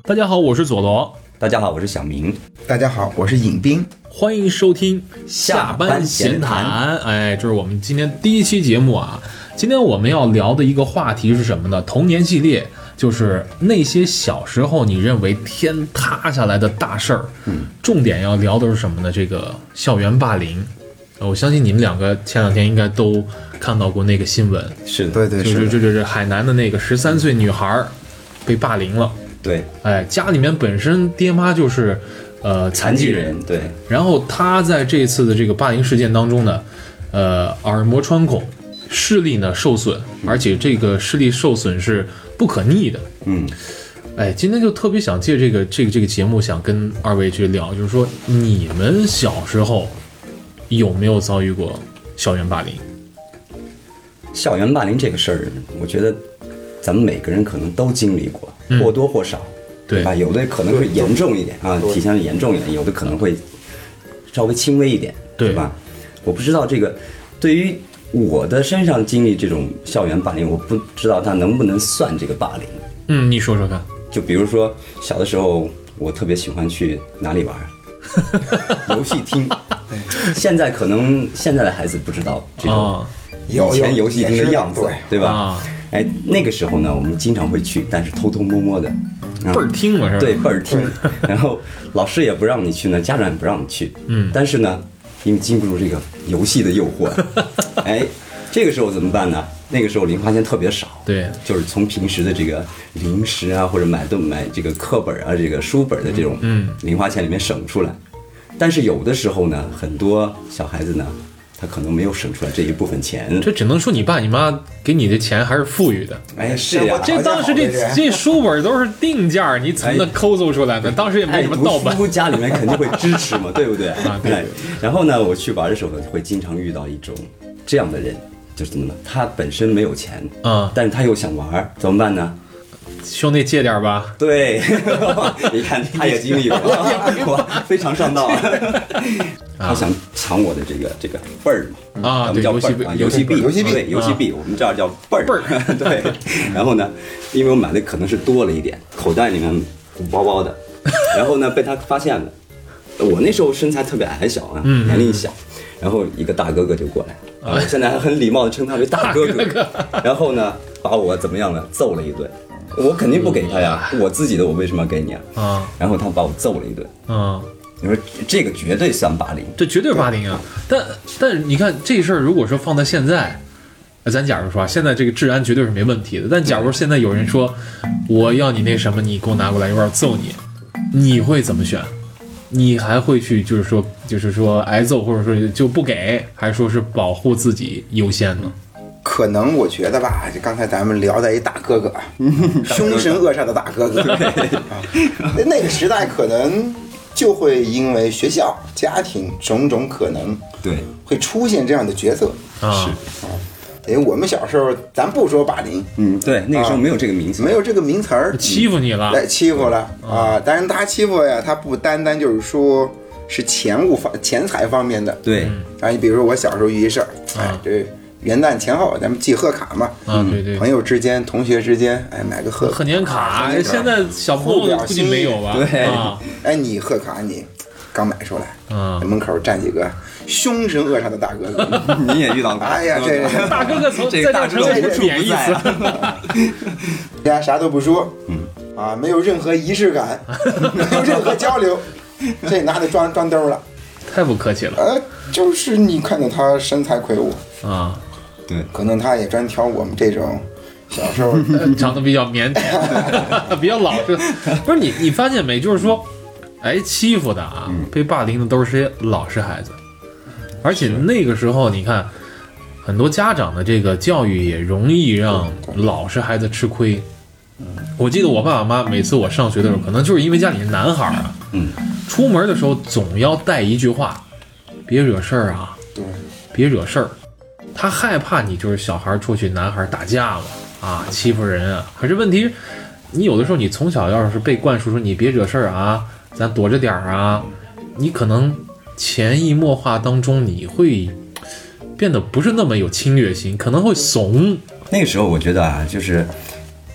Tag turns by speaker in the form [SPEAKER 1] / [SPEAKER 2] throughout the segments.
[SPEAKER 1] 大家好，我是佐罗。
[SPEAKER 2] 大家好，我是小明。
[SPEAKER 3] 大家好，我是尹斌。
[SPEAKER 1] 欢迎收听下班闲谈。哎，这是我们今天第一期节目啊。今天我们要聊的一个话题是什么呢？童年系列，就是那些小时候你认为天塌下来的大事儿。重点要聊的是什么呢？这个校园霸凌。我相信你们两个前两天应该都看到过那个新闻。
[SPEAKER 2] 是的，
[SPEAKER 3] 对，
[SPEAKER 1] 就是海南的那个13岁女孩被霸凌了。
[SPEAKER 2] 对，
[SPEAKER 1] 哎，家里面本身爹妈就是残疾人，
[SPEAKER 2] 对。
[SPEAKER 1] 然后他在这次的这个霸凌事件当中呢，耳膜穿孔，视力呢受损，而且这个视力受损是不可逆的。哎，今天就特别想借这个节目，想跟二位去聊，就是说你们小时候有没有遭遇过校园霸凌？
[SPEAKER 2] 校园霸凌这个事儿，我觉得咱们每个人可能都经历过，或多或少，对吧？有的可能会严重一点啊，体现严重一点；有的可能会稍微轻微一点，对吧？我不知道这个对于我的身上经历这种校园霸凌，我不知道它能不能算这个霸凌。
[SPEAKER 1] 你说说看。
[SPEAKER 2] 就比如说小的时候，我特别喜欢去哪里玩？游戏厅。现在可能现在的孩子不知道这种以前游戏厅的样子，对吧？哎，那个时候呢，我们经常会去，但是偷偷摸摸的，
[SPEAKER 1] 倍儿听嘛，是吧？
[SPEAKER 2] 对，倍儿听。然后老师也不让你去呢，家长也不让你去。但是呢，因为经不住这个游戏的诱惑，哎，这个时候怎么办呢？那个时候零花钱特别少，
[SPEAKER 1] 对，
[SPEAKER 2] 就是从平时的这个零食啊，或者买这个课本啊、这个书本的这种零花钱里面省出来。但是有的时候呢，很多小孩子呢，他可能没有省出来这一部分钱。
[SPEAKER 1] 这只能说你爸你妈给你的钱还是富裕的。
[SPEAKER 2] 哎，是呀，
[SPEAKER 1] 这当时这书本都是定价，你从那抠搜出来的，当时也没什么盗版。
[SPEAKER 2] 读书家里面肯定会支持嘛，对不对？
[SPEAKER 1] 对。
[SPEAKER 2] 然后呢，我去玩的时候会经常遇到一种这样的人，就是怎么呢？他本身没有钱，但是他又想玩，怎么办呢？
[SPEAKER 1] 兄弟借点吧。
[SPEAKER 2] 对，你看他也经历过，我非常上道。他想抢我的这个辈儿嘛，咱们叫辈儿，游戏币，对，游戏币，我们这儿叫辈儿。对，然后呢，因为我买的可能是多了一点，口袋里面鼓包包的，然后呢被他发现了。我那时候身材特别矮小啊，年龄小，然后一个大哥哥就过来，我现在还很礼貌的称他为大哥哥，然后呢把我怎么样了，揍了一顿。我肯定不给他呀，我自己的我为什么要给你啊？然后他把我揍了一顿。你说这个绝对算霸凌，
[SPEAKER 1] 这绝对霸凌啊！但是你看这事儿，如果说放在现在，咱假如说现在这个治安绝对是没问题的，但假如现在有人说我要你那什么，你给我拿过来，我要揍你，你会怎么选？你还会去就是说挨揍，或者说就不给，还是说是保护自己优先呢？
[SPEAKER 3] 可能我觉得吧，就刚才咱们聊的一大哥哥，凶神恶煞的大哥哥，那个时代可能就会因为学校、家庭种种可能，
[SPEAKER 2] 对，会
[SPEAKER 3] 出现这样的角色因为我们小时候，咱不说霸凌，
[SPEAKER 2] 对，那个时候没有这个名词，
[SPEAKER 3] 没有这个名词儿，
[SPEAKER 1] 欺负你了，
[SPEAKER 3] 来欺负了但是他欺负呀，他不单单就是说是钱财方面的，
[SPEAKER 2] 对，
[SPEAKER 3] 你比如说我小时候遇一事儿，这元旦前后咱们寄贺卡嘛，
[SPEAKER 1] 对，
[SPEAKER 3] 朋友之间、同学之间，买个贺
[SPEAKER 1] 年卡，现在小朋友估计没有吧？
[SPEAKER 3] 对，你贺卡你刚买出来，门口站几个凶神恶煞的大哥哥，
[SPEAKER 2] 你也遇到过？
[SPEAKER 3] 哎呀，这
[SPEAKER 1] 大哥哥从在这城里贬义词，
[SPEAKER 3] 家啥都不说，没有任何仪式感，没有任何交流，这拿着装兜了，
[SPEAKER 1] 太不客气了。
[SPEAKER 3] 就是你看到他身材魁梧
[SPEAKER 2] 对，
[SPEAKER 3] 可能他也专挑我们这种小时候
[SPEAKER 1] 长得比较腼腆，比较老实。不是你发现没？就是说，欺负的被霸凌的都是些老实孩子，而且那个时候你看，很多家长的这个教育也容易让老实孩子吃亏。我记得我爸我妈每次我上学的时候，可能就是因为家里是男孩出门的时候总要带一句话：别惹事儿啊，别惹事儿。他害怕你就是小孩出去，男孩打架嘛，欺负人啊。可是问题是，你有的时候你从小要是被灌输说你别惹事儿啊，咱躲着点啊，你可能潜移默化当中你会变得不是那么有侵略性，可能会怂。
[SPEAKER 2] 那个时候我觉得就是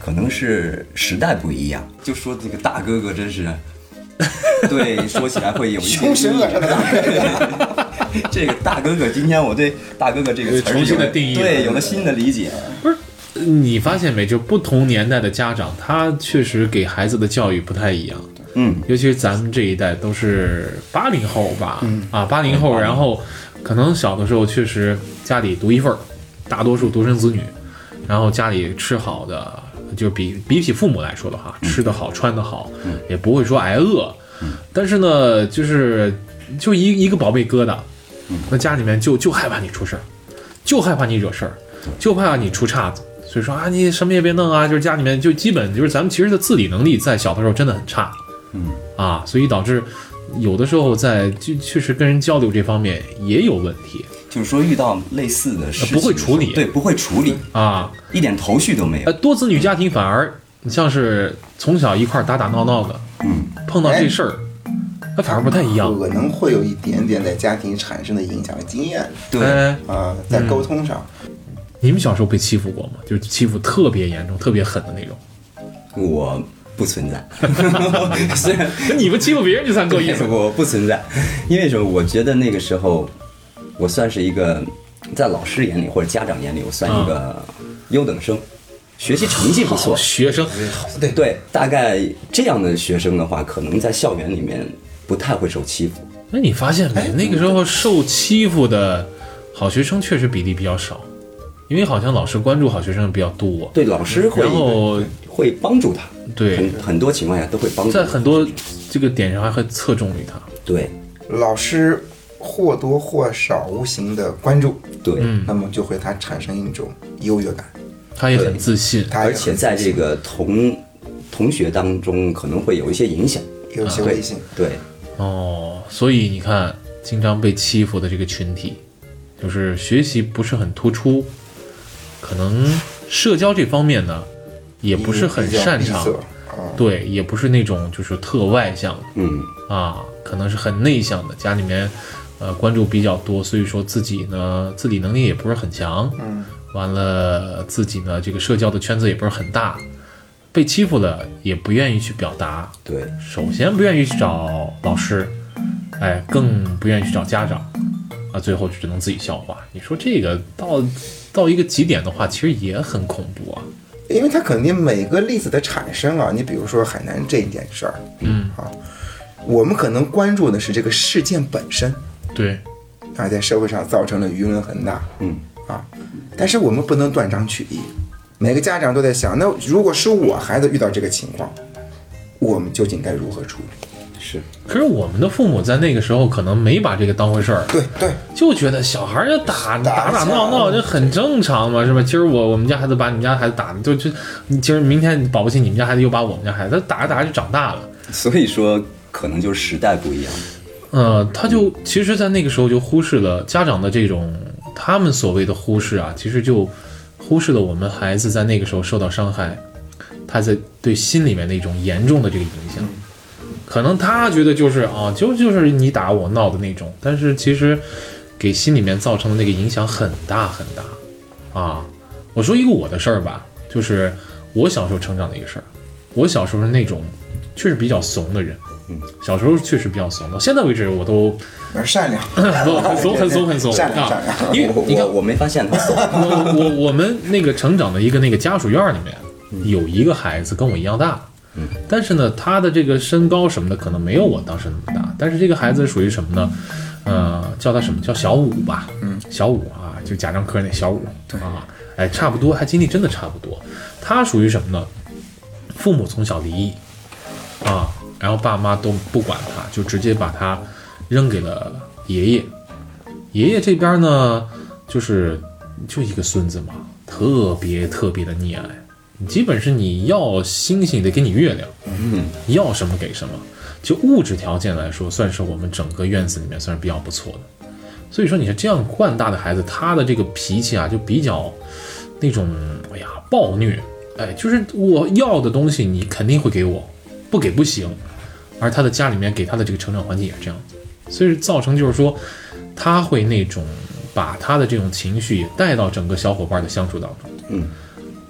[SPEAKER 2] 可能是时代不一样。就说这个大哥哥真是，对，说起来会有一些
[SPEAKER 3] 凶神恶煞的大哥哥。
[SPEAKER 2] 这个大哥哥，今天我对大哥哥这个词
[SPEAKER 1] 重新的定义，
[SPEAKER 2] 对，有了新的理解。
[SPEAKER 1] 不是，你发现没？就不同年代的家长，他确实给孩子的教育不太一样。尤其是咱们这一代都是80后吧，啊，80后，然后可能小的时候确实家里独一份，大多数独生子女，然后家里吃好的，就比起父母来说的话，吃得好，穿得好，也不会说挨饿。但是呢，就一个宝贝疙瘩，那家里面就害怕你出事儿，就害怕你惹事儿，就怕你出岔子。所以说啊，你什么也别弄啊，就是家里面就基本就是咱们其实的自理能力在小的时候真的很差。所以导致有的时候确实跟人交流这方面也有问题，
[SPEAKER 2] 就是说遇到类似的事情
[SPEAKER 1] 不会处理，
[SPEAKER 2] 对，不会处理啊，一点头绪都没有。
[SPEAKER 1] 多子女家庭反而你像是从小一块打闹闹的，碰到这事儿，那反而不太一样，
[SPEAKER 3] 可能会有一点点在家庭产生的影响经验。
[SPEAKER 2] 对
[SPEAKER 3] 在沟通上，
[SPEAKER 1] 你们小时候被欺负过吗？就是欺负特别严重、特别狠的那种？
[SPEAKER 2] 我不存在，虽然
[SPEAKER 1] 你们欺负别人就算够意思。
[SPEAKER 2] 我不存在，因为什么？我觉得那个时候，我算是一个在老师眼里或者家长眼里，我算一个优等生，学习成绩不错，
[SPEAKER 1] 学生。
[SPEAKER 2] 对，大概这样的学生的话，可能在校园里面不太会受欺负。
[SPEAKER 1] 那你发现没？那个时候受欺负的好学生确实比例比较少，因为好像老师关注好学生比较多。
[SPEAKER 2] 对，老师会帮助他。
[SPEAKER 1] 对，
[SPEAKER 2] 很多情况下都会帮助，
[SPEAKER 1] 在很多这个点上还会侧重于他。
[SPEAKER 2] 对，
[SPEAKER 3] 老师或多或少无形的关注，
[SPEAKER 2] 对，
[SPEAKER 3] 那么就会他产生一种优越感，
[SPEAKER 1] 他也很自信，
[SPEAKER 2] 而且在这个同学当中可能会有一些影响，
[SPEAKER 3] 有些微信。
[SPEAKER 2] 对，
[SPEAKER 1] 所以你看，经常被欺负的这个群体，就是学习不是很突出，可能社交这方面呢。也不是很擅长，对，也不是那种就是特外向，可能是很内向的，家里面关注比较多，所以说自己呢自理能力也不是很强，完了自己呢这个社交的圈子也不是很大，被欺负了也不愿意去表达，
[SPEAKER 2] 对，
[SPEAKER 1] 首先不愿意去找老师，更不愿意去找家长，最后只能自己消化。你说这个到一个极点的话，其实也很恐怖啊。
[SPEAKER 3] 因为它肯定每个例子的产生啊，你比如说海南这一件事儿，我们可能关注的是这个事件本身，
[SPEAKER 1] 对，
[SPEAKER 3] 在社会上造成了舆论很大，但是我们不能断章取义，每个家长都在想，那如果是我孩子遇到这个情况，我们究竟该如何处理？
[SPEAKER 2] 是，
[SPEAKER 1] 可是我们的父母在那个时候可能没把这个当回事儿，
[SPEAKER 3] 对，
[SPEAKER 1] 就觉得小孩就打闹，这很正常嘛，是吧？今儿我们家孩子把你们家孩子打的，就你今儿明天保不齐你们家孩子又把我们家孩子打着就长大了。
[SPEAKER 2] 所以说，可能就是时代不一样。
[SPEAKER 1] 他就其实，在那个时候就忽视了家长的这种他们所谓的忽视啊，其实就忽视了我们孩子在那个时候受到伤害，他在对心里面那种严重的这个影响。可能他觉得就是就是你打我闹的那种，但是其实给心里面造成的那个影响很大很大我说一个我的事儿吧，就是我小时候成长的一个事儿。我小时候是那种确实比较怂的人，小时候确实比较怂，到现在为止我都
[SPEAKER 3] 善良，
[SPEAKER 1] 很怂，
[SPEAKER 3] 善良。
[SPEAKER 1] 因为你看
[SPEAKER 2] 我没发现他怂。
[SPEAKER 1] 我们那个成长的一个家属院里面有一个孩子跟我一样大。但是呢，他的这个身高什么的可能没有我当时那么大，但是这个孩子属于什么呢？叫他什么叫小五吧？小五就贾樟柯那小五差不多，还经历真的差不多。他属于什么呢？父母从小离异然后爸妈都不管他，就直接把他扔给了爷爷。爷爷这边呢，就一个孙子嘛，特别的溺爱。基本是你要星星得给你月亮，要什么给什么。就物质条件来说，算是我们整个院子里面算是比较不错的。所以说，你是这样惯大的孩子，他的这个脾气就比较那种暴虐，就是我要的东西你肯定会给我，不给不行。而他的家里面给他的这个成长环境也是这样子，所以造成就是说，他会那种把他的这种情绪也带到整个小伙伴的相处当中。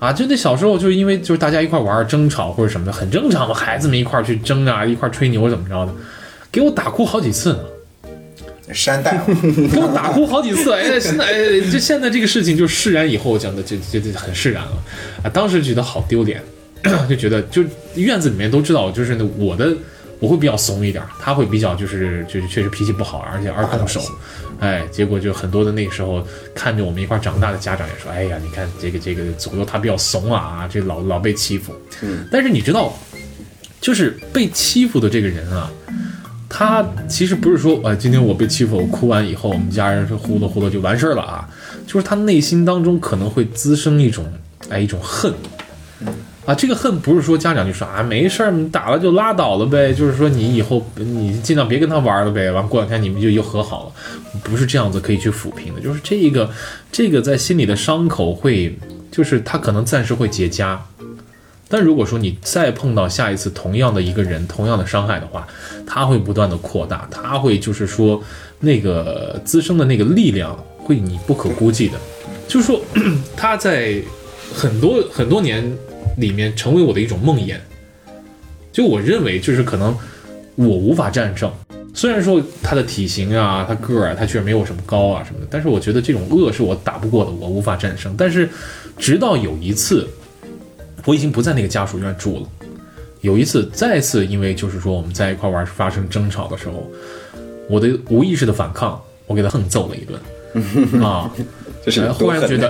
[SPEAKER 1] 啊，就那小时候就是因为就是大家一块玩争吵或者什么的，很正常嘛，孩子们一块去争啊，一块吹牛怎么着的，给我打哭好几次呢。
[SPEAKER 3] 山大
[SPEAKER 1] 给我打哭好几次，现在这个事情就释然以后讲的就很释然了啊！当时觉得好丢脸，就觉得就院子里面都知道，就是我会比较怂一点，他会比较就是确实脾气不好，而且爱动手，结果就很多的那个时候看着我们一块长大的家长也说，哎呀，你看这个左右他比较怂啊，这老被欺负。但是你知道，就是被欺负的这个人啊。他其实不是说，今天我被欺负，我哭完以后，我们家人是呼噜就完事儿了啊。就是他内心当中可能会滋生一种恨，啊，这个恨不是说家长就说啊没事儿，你打了就拉倒了呗，就是说你以后你尽量别跟他玩了呗，完过两天你们就又和好了，不是这样子可以去抚平的。就是这个在心里的伤口会，就是他可能暂时会结痂。但如果说你再碰到下一次同样的一个人，同样的伤害的话，它会不断的扩大，它会就是说那个滋生的那个力量会你不可估计的。就是说，它在很多年里面成为我的一种梦魇。就我认为，就是可能我无法战胜。虽然说他的体型啊，他个儿，他确实没有什么高啊什么的，但是我觉得这种恶是我打不过的，我无法战胜。但是直到有一次。我已经不在那个家属院住了。有一次，再次因为就是说我们在一块玩发生争吵的时候，我的无意识的反抗，我给他横揍了一顿啊！忽然觉得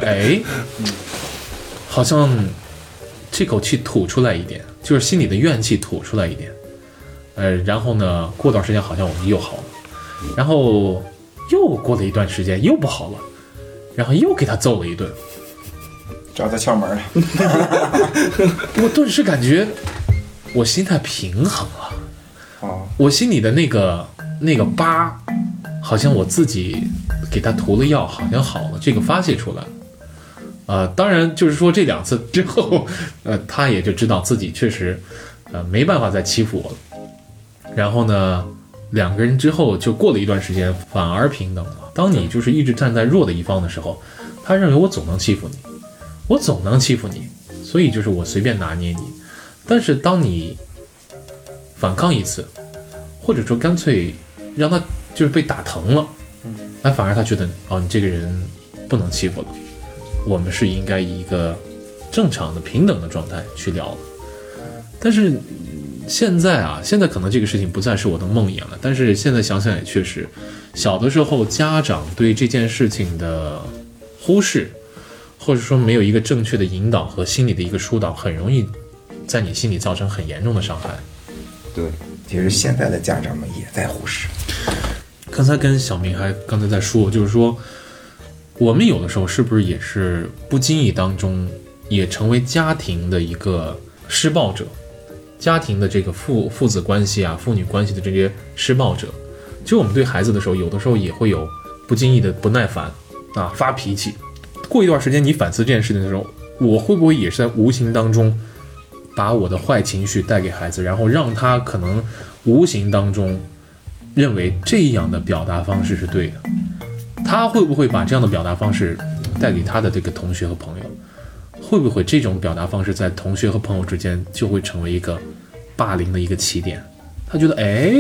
[SPEAKER 1] 好像这口气吐出来一点，就是心里的怨气吐出来一点。然后呢，过段时间好像我们又好了，然后又过了一段时间又不好了，然后又给他揍了一顿。
[SPEAKER 3] 找到窍门了。
[SPEAKER 1] 我顿时感觉我心态平衡了。我心里的那个疤，好像我自己给他涂了药，好像好了，这个发泄出来了。当然就是说这2次之后，他也就知道自己确实没办法再欺负我了。然后呢，2个人之后就过了一段时间，反而平等了。当你就是一直站在弱的一方的时候，他认为我总能欺负你，所以就是我随便拿捏你。但是当你反抗一次，或者说干脆让他就是被打疼了，反而他觉得你这个人不能欺负了，我们是应该以一个正常的平等的状态去聊了。但是现在可能这个事情不再是我的梦魇了，但是现在想想也确实，小的时候家长对这件事情的忽视，或者说没有一个正确的引导和心理的一个疏导，很容易在你心里造成很严重的伤害。
[SPEAKER 3] 对，其实现在的家长们也在忽视。
[SPEAKER 1] 刚才跟小明刚才在说，就是说我们有的时候是不是也是不经意当中也成为家庭的一个施暴者，家庭的这个父子关系啊、父女关系的这些施暴者。就我们对孩子的时候，有的时候也会有不经意的不耐烦啊、发脾气。过一段时间你反思这件事情的时候，我会不会也是在无形当中把我的坏情绪带给孩子，然后让他可能无形当中认为这样的表达方式是对的？他会不会把这样的表达方式带给他的这个同学和朋友？会不会这种表达方式在同学和朋友之间就会成为一个霸凌的一个起点？他觉得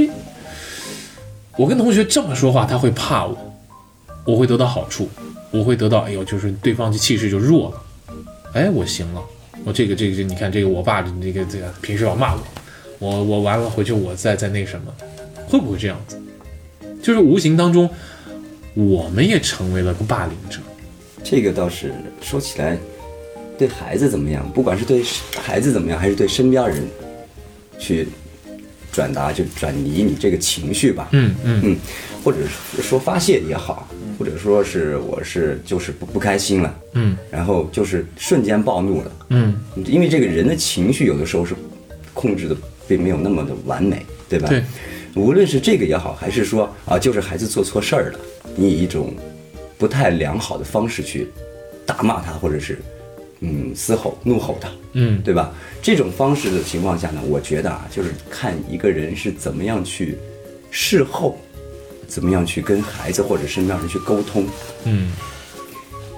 [SPEAKER 1] 我跟同学这么说话，他会怕我会得到好处，我会得到就是对方的气势就弱了。我行了，我这个你看这个我爸这个平时老骂我完了回去我再那什么，会不会这样子？就是无形当中我们也成为了个霸凌者。
[SPEAKER 2] 这个倒是说起来，对孩子怎么样，不管是对孩子怎么样，还是对身边人去转达，就转移你这个情绪吧，或者说发泄也好，或者说是我就是不开心了，然后就是瞬间暴怒了，因为这个人的情绪有的时候是控制的并没有那么的完美，对吧？
[SPEAKER 1] 对，
[SPEAKER 2] 无论是这个也好，还是说就是孩子做错事儿了，你以一种不太良好的方式去大骂他，或者是嘶吼怒吼他，对吧？这种方式的情况下呢，我觉得就是看一个人是怎么样去事后怎么样去跟孩子或者身边人去沟通。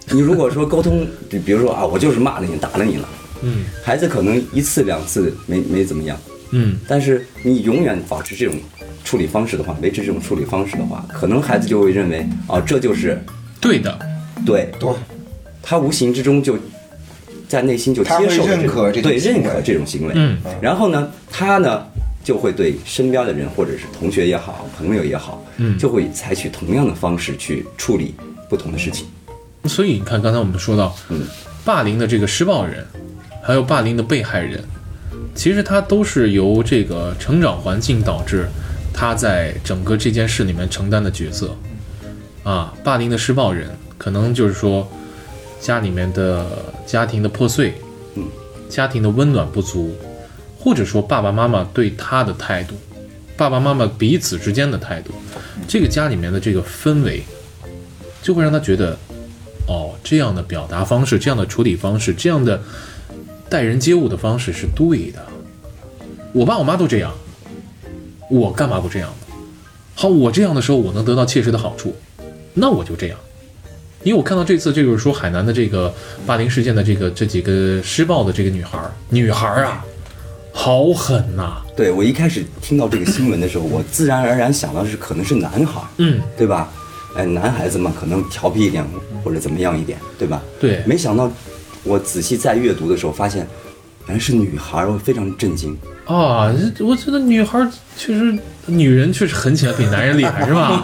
[SPEAKER 2] 你如果说沟通，比如说啊，我就是骂了你，打了你了，孩子可能1次2次没怎么样，但是你永远保持这种处理方式的话，维持这种处理方式的话，可能孩子就会认为啊，这就是
[SPEAKER 1] 对的，
[SPEAKER 2] 对，他无形之中就在内心就接受
[SPEAKER 3] 认可
[SPEAKER 2] 这种行为，然后呢，他呢就会对身边的人或者是同学也好，朋友也好，就会采取同样的方式去处理不同的事情。
[SPEAKER 1] 所以你看，刚才我们说到，霸凌的这个施暴人，还有霸凌的被害人，其实他都是由这个成长环境导致他在整个这件事里面承担的角色。霸凌的施暴人可能就是说家里面的家庭的破碎，家庭的温暖不足，或者说爸爸妈妈对他的态度，爸爸妈妈彼此之间的态度，这个家里面的这个氛围，就会让他觉得，这样的表达方式，这样的处理方式，这样的待人接物的方式是对的。我爸我妈都这样，我干嘛不这样呢？好，我这样的时候我能得到切实的好处，那我就这样。因为我看到这次这个说海南的这个霸凌事件的这几个施暴的这个女孩啊，好狠呐！
[SPEAKER 2] 对，我一开始听到这个新闻的时候，我自然而然想到是可能是男孩，对吧？男孩子嘛，可能调皮一点或者怎么样一点，对吧？
[SPEAKER 1] 对，
[SPEAKER 2] 没想到我仔细在阅读的时候发现，原来是女孩，我非常震惊。
[SPEAKER 1] 我觉得女孩女人确实狠起来比男人厉害，是吧？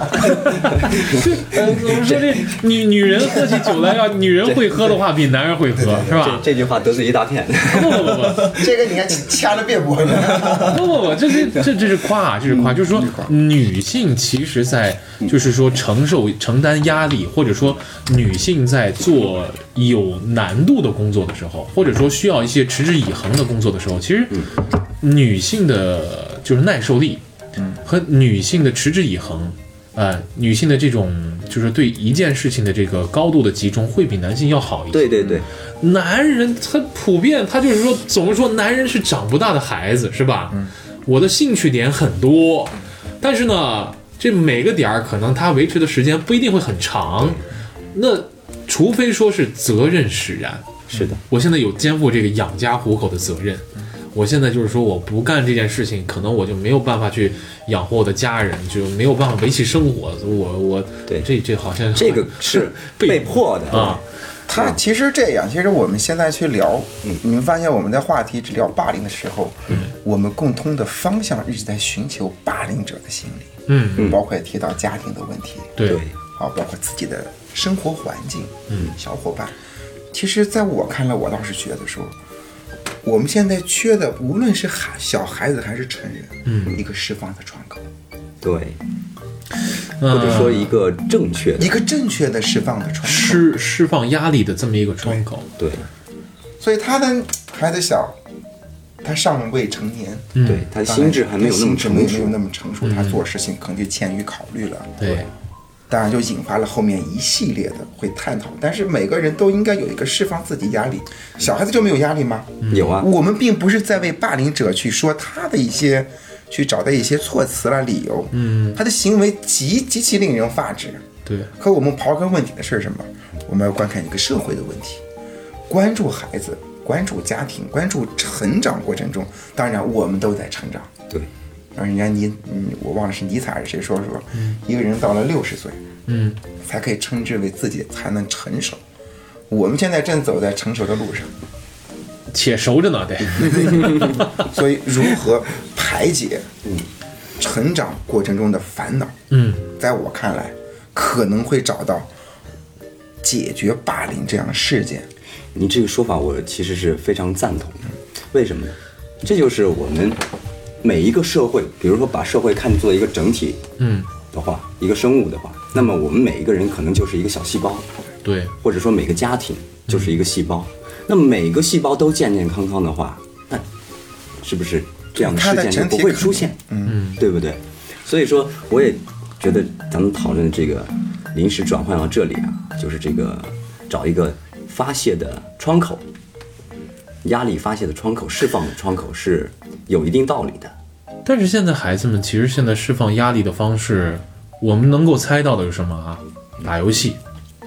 [SPEAKER 1] 我们说这女人喝起酒来要女人会喝的话，比男人会喝，是吧？
[SPEAKER 2] 这句话得罪一大片。
[SPEAKER 1] 不，
[SPEAKER 3] 这个你看掐着别播呢。
[SPEAKER 1] 不，这是夸，就是说女性其实在就是说承担压力，或者说女性在做有难度的工作的时候，或者说需要一些持之以恒的工作的时候，其实女性的就是耐受力，和女性的持之以恒，女性的这种就是对一件事情的这个高度的集中，会比男性要好一些。
[SPEAKER 2] 对，
[SPEAKER 1] 男人他普遍他就是说，总是说男人是长不大的孩子，是吧？我的兴趣点很多，但是呢，这每个点可能他维持的时间不一定会很长，那除非说是责任使然。
[SPEAKER 2] 是的，
[SPEAKER 1] 我现在有肩负这个养家糊口的责任。我现在就是说，我不干这件事情，可能我就没有办法去养活我的家人，就没有办法维系生活。我
[SPEAKER 2] 对
[SPEAKER 1] 这好像
[SPEAKER 2] 这个是被迫的啊。
[SPEAKER 3] 他其实这样，其实我们现在去聊，你们发现我们在话题只聊霸凌的时候，我们共通的方向一直在寻求霸凌者的心理，包括也提到家庭的问题，
[SPEAKER 1] 对，
[SPEAKER 3] 包括自己的生活环境，小伙伴。其实，在我看来，我倒是觉得说，我们现在缺的，无论是小孩子还是成人，一个释放的窗口，
[SPEAKER 2] 对，或者说一个正确
[SPEAKER 3] 的释放的窗口，
[SPEAKER 1] 释放压力的这么一个窗口。
[SPEAKER 2] 对，
[SPEAKER 3] 所以他的孩子小，他尚未成年，
[SPEAKER 2] 对，他心智还没有那么成熟，
[SPEAKER 3] 他做事情可能就欠于考虑了。
[SPEAKER 1] 对。
[SPEAKER 3] 当然就引发了后面一系列的会探讨，但是每个人都应该有一个释放自己压力。小孩子就没有压力吗？
[SPEAKER 2] 有啊。
[SPEAKER 3] 我们并不是在为霸凌者去说他的一些，去找到一些措辞啦、理由。他的行为极其令人发指。
[SPEAKER 1] 对。
[SPEAKER 3] 可我们刨根问底的是什么？我们要观看一个社会的问题，关注孩子，关注家庭，关注成长过程中。当然，我们都在成长。
[SPEAKER 2] 对。
[SPEAKER 3] 人家我忘了是尼采还是谁说，一个人到了60岁，才可以称之为自己才能成熟。我们现在正走在成熟的路上，
[SPEAKER 1] 且熟着呢，对。
[SPEAKER 3] 所以如何排解成长过程中的烦恼，在我看来，可能会找到解决霸凌这样的事件。
[SPEAKER 2] 你这个说法我其实是非常赞同的。为什么呢？这就是我们每一个社会，比如说把社会看作一个整体的话，一个生物的话，那么我们每一个人可能就是一个小细胞，
[SPEAKER 1] 对，
[SPEAKER 2] 或者说每个家庭就是一个细胞。那么每个细胞都健健康康的话，那是不是这样的事件就不会出现？对不对？所以说，我也觉得咱们讨论这个临时转换到这里啊，就是这个找一个发泄的窗口，压力发泄的窗口，释放的窗口是有一定道理的。
[SPEAKER 1] 但是现在孩子们其实现在释放压力的方式，我们能够猜到的是什么啊？打游戏。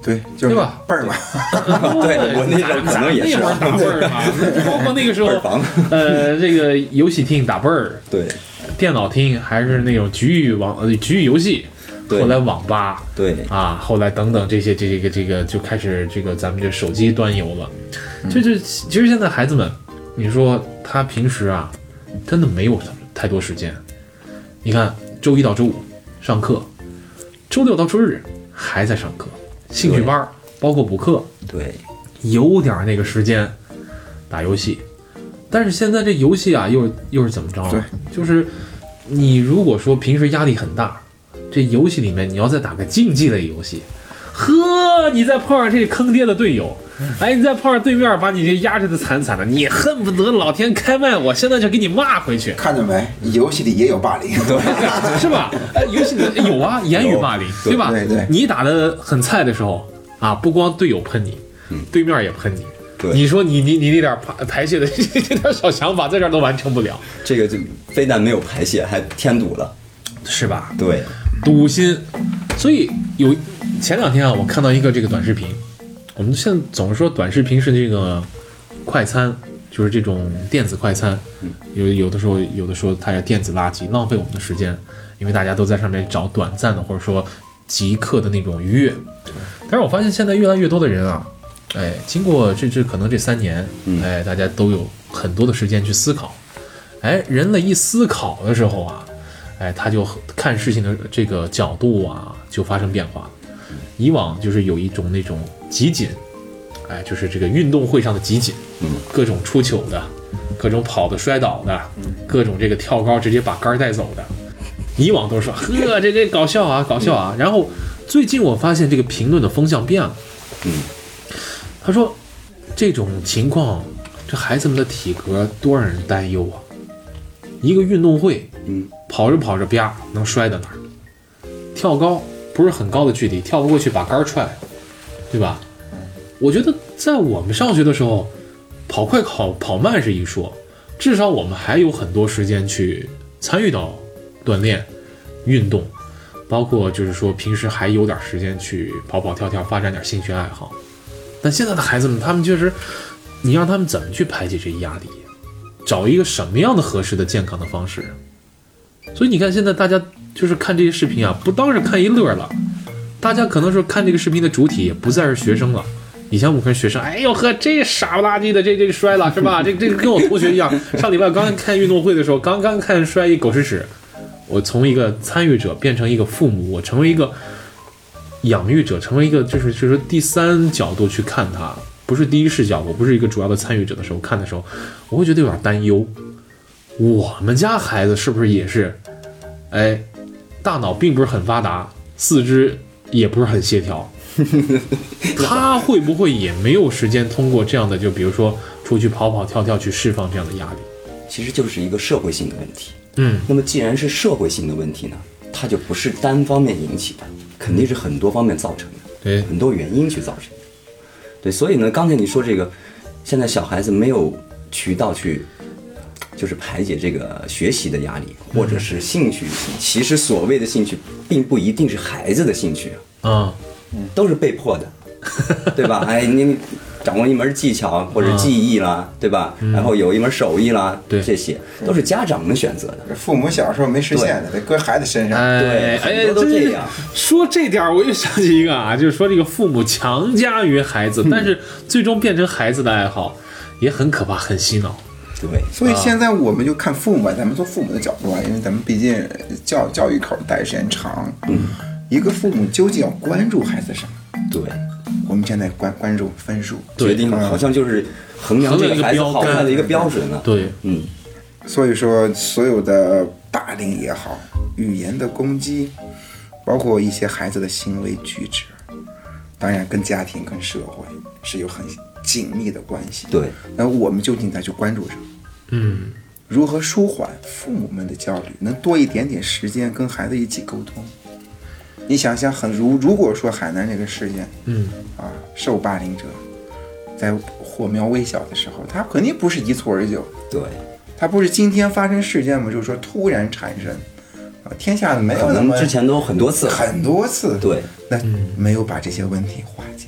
[SPEAKER 3] 对，就是
[SPEAKER 1] 对吧？
[SPEAKER 3] 辈儿嘛。
[SPEAKER 2] 对，我那时候可能也是
[SPEAKER 1] 那会儿打辈儿嘛，包括那个时候，这个游戏厅打辈儿，
[SPEAKER 2] 对，
[SPEAKER 1] 电脑厅还是那种局域游戏，后来网吧，
[SPEAKER 2] 对
[SPEAKER 1] 啊，后来等等这些这个就开始这个咱们这手机端游了。其实现在孩子们，你说他平时啊，真的没有太多时间。你看，周一到周五上课，周六到周日还在上课。兴趣班包括补课，
[SPEAKER 2] 对，
[SPEAKER 1] 有点那个时间打游戏，但是现在这游戏啊，又是怎么着？
[SPEAKER 3] 对，
[SPEAKER 1] 就是你如果说平时压力很大，这游戏里面你要再打个竞技类游戏，呵，你再碰上这坑爹的队友，哎，你再碰上对面把你这压制的惨惨的，你恨不得老天开麦，我现在就给你骂回去。
[SPEAKER 3] 看见没？游戏里也有霸凌，
[SPEAKER 1] 对，是吧？游戏里有啊，言语霸凌，对吧？
[SPEAKER 3] 对，
[SPEAKER 1] 你打的很菜的时候啊，不光队友喷你，对面也喷你。
[SPEAKER 2] 对，
[SPEAKER 1] 你说你那点排泄的这点小想法，在这儿都完成不了。
[SPEAKER 2] 这个就非但没有排泄，还添堵了，
[SPEAKER 1] 是吧？
[SPEAKER 2] 对，
[SPEAKER 1] 堵心。所以前两天啊，我看到一个这个短视频。我们现在总是说短视频是这个快餐，就是这种电子快餐，有的时候它是电子垃圾，浪费我们的时间，因为大家都在上面找短暂的或者说即刻的那种愉悦。但是我发现现在越来越多的人啊，哎，经过这可能这3年，哎，大家都有很多的时间去思考，哎，人类一思考的时候啊，哎，他就看事情的这个角度啊就发生变化。以往就是有一种那种集锦，哎，就是这个运动会上的集锦，各种出糗的，各种跑的摔倒的，各种这个跳高直接把杆带走的，以往都说呵这搞笑啊搞笑啊。然后最近我发现这个评论的风向变了，他说这种情况，这孩子们的体格多让人担忧啊！一个运动会，跑着跑着啪能摔到哪儿？跳高不是很高的距离，跳不过去把杆踹了，对吧？我觉得在我们上学的时候，跑快跑慢是一说，至少我们还有很多时间去参与到锻炼、运动，包括就是说平时还有点时间去跑跑跳跳，发展点兴趣爱好。但现在的孩子们，他们确实，你让他们怎么去排解这压力，找一个什么样的合适的健康的方式？所以你看，现在大家就是看这些视频啊，不当是看一乐了，大家可能说看这个视频的主体也不再是学生了。以前我们跟学生，哎呦呵，这傻不拉几的，这摔了是吧？这个跟我同学一样，上礼拜刚看运动会的时候，刚看摔一狗屎屎，我从一个参与者变成一个父母，我成为一个养育者，成为一个就是说第三角度去看他，不是第一视角，我不是一个主要的参与者的时候看的时候，我会觉得有点担忧。我们家孩子是不是也是，哎，大脑并不是很发达，四肢也不是很协调，他会不会也没有时间通过这样的，就比如说出去跑跑跳跳去释放这样的压力？
[SPEAKER 2] 其实就是一个社会性的问题。那么既然是社会性的问题呢，它就不是单方面引起的，肯定是很多方面造成的，
[SPEAKER 1] 对，
[SPEAKER 2] 很多原因去造成的。对，所以呢，刚才你说这个，现在小孩子没有渠道去，就是排解这个学习的压力，或者是兴趣。其实所谓的兴趣，并不一定是孩子的兴趣啊，都是被迫的，对吧？哎，你掌握一门技巧或者技艺啦，对吧？然后有一门手艺啦，
[SPEAKER 1] 对，
[SPEAKER 2] 这些都是家长们选择的。
[SPEAKER 3] 父母小时候没实现的，得搁孩子身上。
[SPEAKER 2] 对，很多都这样。
[SPEAKER 1] 说这点我又想起一个啊，就是说这个父母强加于孩子，但是最终变成孩子的爱好，也很可怕，很洗脑。
[SPEAKER 2] 对，
[SPEAKER 3] 所以现在我们就看父母，咱们从父母的角度啊，因为咱们毕竟教育口待时间长，一个父母究竟要关注孩子什么？对，我们现在关注分数，
[SPEAKER 2] 决定好像就是衡量这个孩子好坏的一个标准了。
[SPEAKER 1] 对，
[SPEAKER 3] 所以说所有的霸凌也好，语言的攻击，包括一些孩子的行为举止，当然跟家庭跟社会是有很紧密的关系。对，那我们究竟在去关注什么？如何舒缓父母们的焦虑，能多一点点时间跟孩子一起沟通？你想想，如果说海南这个事件，受霸凌者在火苗微小的时候，他肯定不是一蹴而就。对，他不是今天发生事件嘛，就是说突然产生。天下没有那么
[SPEAKER 2] 之前都很多次，
[SPEAKER 3] 对，那没有把这些问题化解。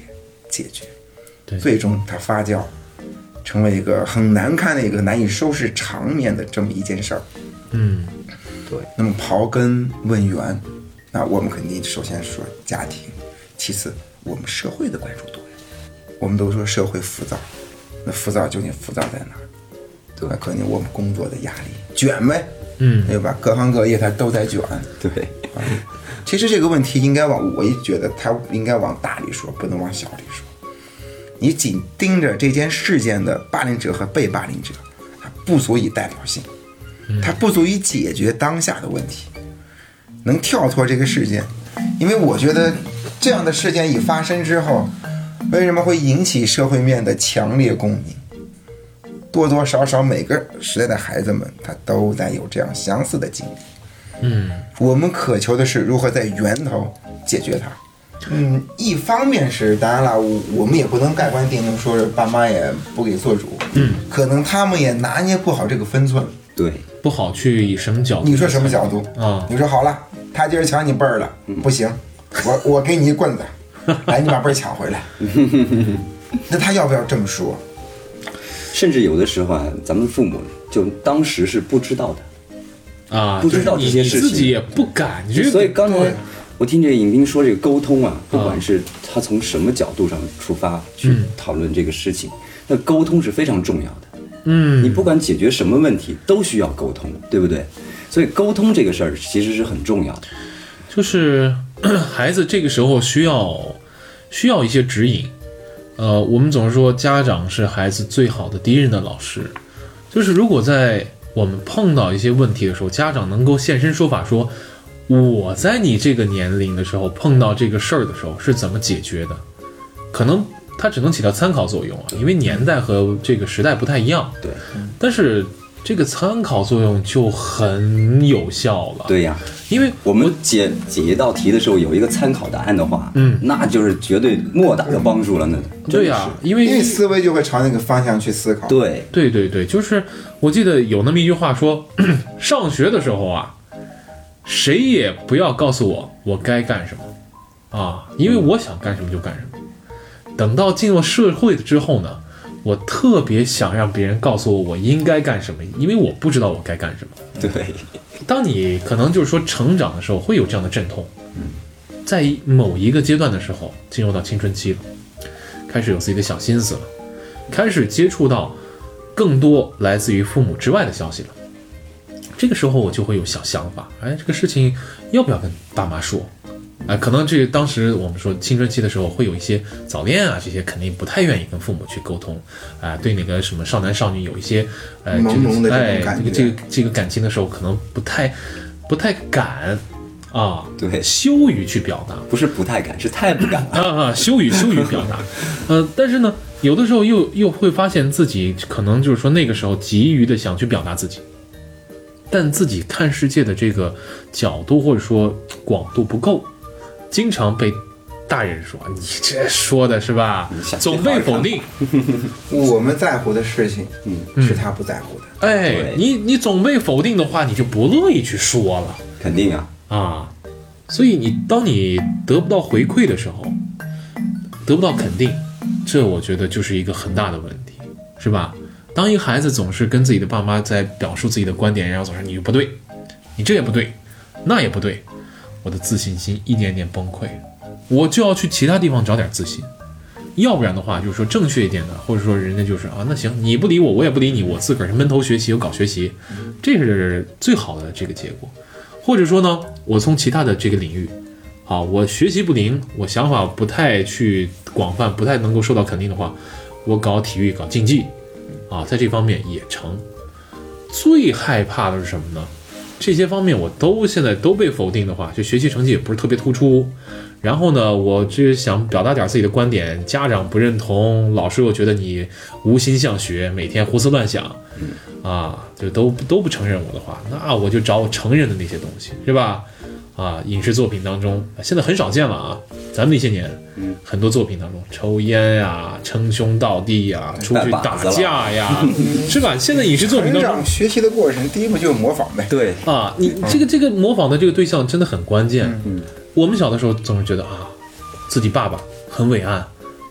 [SPEAKER 3] 解决，最终它发酵成为一个很难看的一个难以收拾场面的这么一件事儿。
[SPEAKER 2] 对。
[SPEAKER 3] 那么刨根问源，那我们肯定首先说家庭，其次我们社会的关注度。我们都说社会浮躁，那浮躁究竟浮躁在哪儿？对吧？可能我们工作的压力卷呗，对吧？各行各业它都在卷。
[SPEAKER 2] 对。
[SPEAKER 3] 其实这个问题应该我也觉得它应该往大里说，不能往小里说。你仅盯着这件事件的霸凌者和被霸凌者，它不足以代表性，它不足以解决当下的问题，能跳脱这个事件。因为我觉得这样的事件一发生之后，为什么会引起社会面的强烈共鸣？多多少少每个时代的孩子们他都在有这样相似的经历。我们渴求的是如何在源头解决它。一方面是当然了，我们也不能盖棺定论说爸妈也不给做主，可能他们也拿捏不好这个分寸，
[SPEAKER 1] 对，不好去以什么角度。
[SPEAKER 3] 你说什么角度
[SPEAKER 1] 啊？
[SPEAKER 3] 你说好了，他今儿抢你辈儿了，不行，我给你一棍子，来，你把辈儿抢回来。那他要不要这么说？
[SPEAKER 2] 甚至有的时候啊，咱们父母就当时是不知道的
[SPEAKER 1] 啊，
[SPEAKER 2] 不知道这些事情，
[SPEAKER 1] 自己也不敢。
[SPEAKER 2] 所以刚才我听这个尹斌说这个沟通啊，不管是他从什么角度上出发去讨论这个事情，那沟通是非常重要的。你不管解决什么问题，都需要沟通，对不对？所以沟通这个事儿其实是很重要的。
[SPEAKER 1] 就是孩子这个时候需要一些指引。我们总是说家长是孩子最好的第一任的老师，就是如果在我们碰到一些问题的时候，家长能够现身说法，说我在你这个年龄的时候碰到这个事儿的时候是怎么解决的，可能它只能起到参考作用啊，因为年代和这个时代不太一样。
[SPEAKER 2] 对，
[SPEAKER 1] 但是这个参考作用就很有效了。
[SPEAKER 2] 对呀，
[SPEAKER 1] 因为
[SPEAKER 2] 我们解一道题的时候有一个参考答案的话，那就是绝对莫大的帮助了。那
[SPEAKER 1] 对呀，因为
[SPEAKER 3] 思维就会朝那个方向去思考。
[SPEAKER 2] 对，
[SPEAKER 1] 就是我记得有那么一句话说，上学的时候啊，谁也不要告诉我该干什么啊，因为我想干什么就干什么。等到进入社会之后呢，我特别想让别人告诉我应该干什么，因为我不知道我该干什么。
[SPEAKER 2] 对，
[SPEAKER 1] 当你可能就是说成长的时候会有这样的阵痛，在某一个阶段的时候进入到青春期了，开始有自己的小心思了，开始接触到更多来自于父母之外的消息了。这个时候我就会有小想法，这个事情要不要跟爸妈说？可能这当时我们说青春期的时候会有一些早恋啊，这些肯定不太愿意跟父母去沟通，对那个什么少男少女有一些
[SPEAKER 3] 朦胧的这种感觉，
[SPEAKER 1] 这个感情的时候可能不太敢啊，
[SPEAKER 2] 对，
[SPEAKER 1] 羞于去表达，
[SPEAKER 2] 不是不太敢，是太不敢了
[SPEAKER 1] 羞于表达，但是呢，有的时候又会发现自己可能就是说那个时候急于的想去表达自己，但自己看世界的这个角度或者说广度不够。经常被大人说你这说的是吧，总被否定。
[SPEAKER 3] 我们在乎的事情，是他不在乎的。
[SPEAKER 1] 你总被否定的话，你就不乐意去说了。
[SPEAKER 2] 肯定
[SPEAKER 1] 所以当你得不到回馈的时候，得不到肯定，这我觉得就是一个很大的问题，是吧？当一个孩子总是跟自己的爸妈在表述自己的观点，然后总是你不对，你这也不对，那也不对。我的自信心一点点崩溃，我就要去其他地方找点自信，要不然的话就是说正确一点的，或者说人家就是那行你不理我，我也不理你，我自个儿闷头学习，我搞学习，这是最好的这个结果。或者说呢，我从其他的这个领域，我学习不灵，我想法不太去广泛，不太能够受到肯定的话，我搞体育搞竞技在这方面也成。最害怕的是什么呢？这些方面我现在都被否定的话，就学习成绩也不是特别突出，然后呢，我只想表达点自己的观点，家长不认同，老师又觉得你无心向学，每天胡思乱想，就都不承认我的话，那我就找我承认的那些东西，是吧？影视作品当中现在很少见了咱们那些年，很多作品当中抽烟呀、称兄道弟呀、出去打架呀，是吧？现在影视作品当中
[SPEAKER 3] 学习的过程，第一步就是模仿呗。
[SPEAKER 2] 对
[SPEAKER 1] 你这个模仿的这个对象真的很关键。我们小的时候总是觉得自己爸爸很伟岸，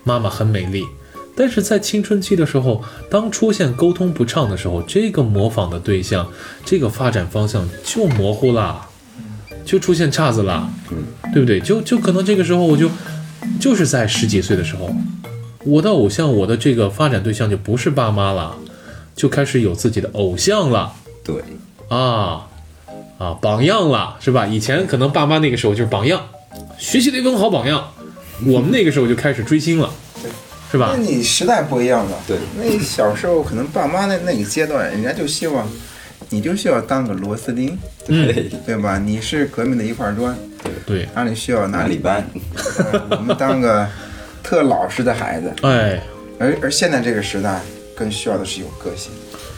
[SPEAKER 1] 妈妈很美丽。但是在青春期的时候，当出现沟通不畅的时候，这个模仿的对象，这个发展方向就模糊了，就出现岔子了，对不对？就可能这个时候就是在10几岁的时候，我的偶像，我的这个发展对象就不是爸妈了，就开始有自己的偶像了，
[SPEAKER 2] 对，
[SPEAKER 1] 榜样了，是吧？以前可能爸妈那个时候就是榜样，学习的一个好榜样，我们那个时候就开始追星了。是吧？
[SPEAKER 3] 那你时代不一样了。
[SPEAKER 2] 对，
[SPEAKER 3] 那小时候可能爸妈那个阶段，人家就希望，你就需要当个螺丝钉，对吧？你是革命的一块砖，
[SPEAKER 1] 对，
[SPEAKER 3] 哪里需要哪里
[SPEAKER 2] 搬。
[SPEAKER 3] 我们当个特老实的孩子，
[SPEAKER 1] 哎，
[SPEAKER 3] 而现在这个时代更需要的是有个性，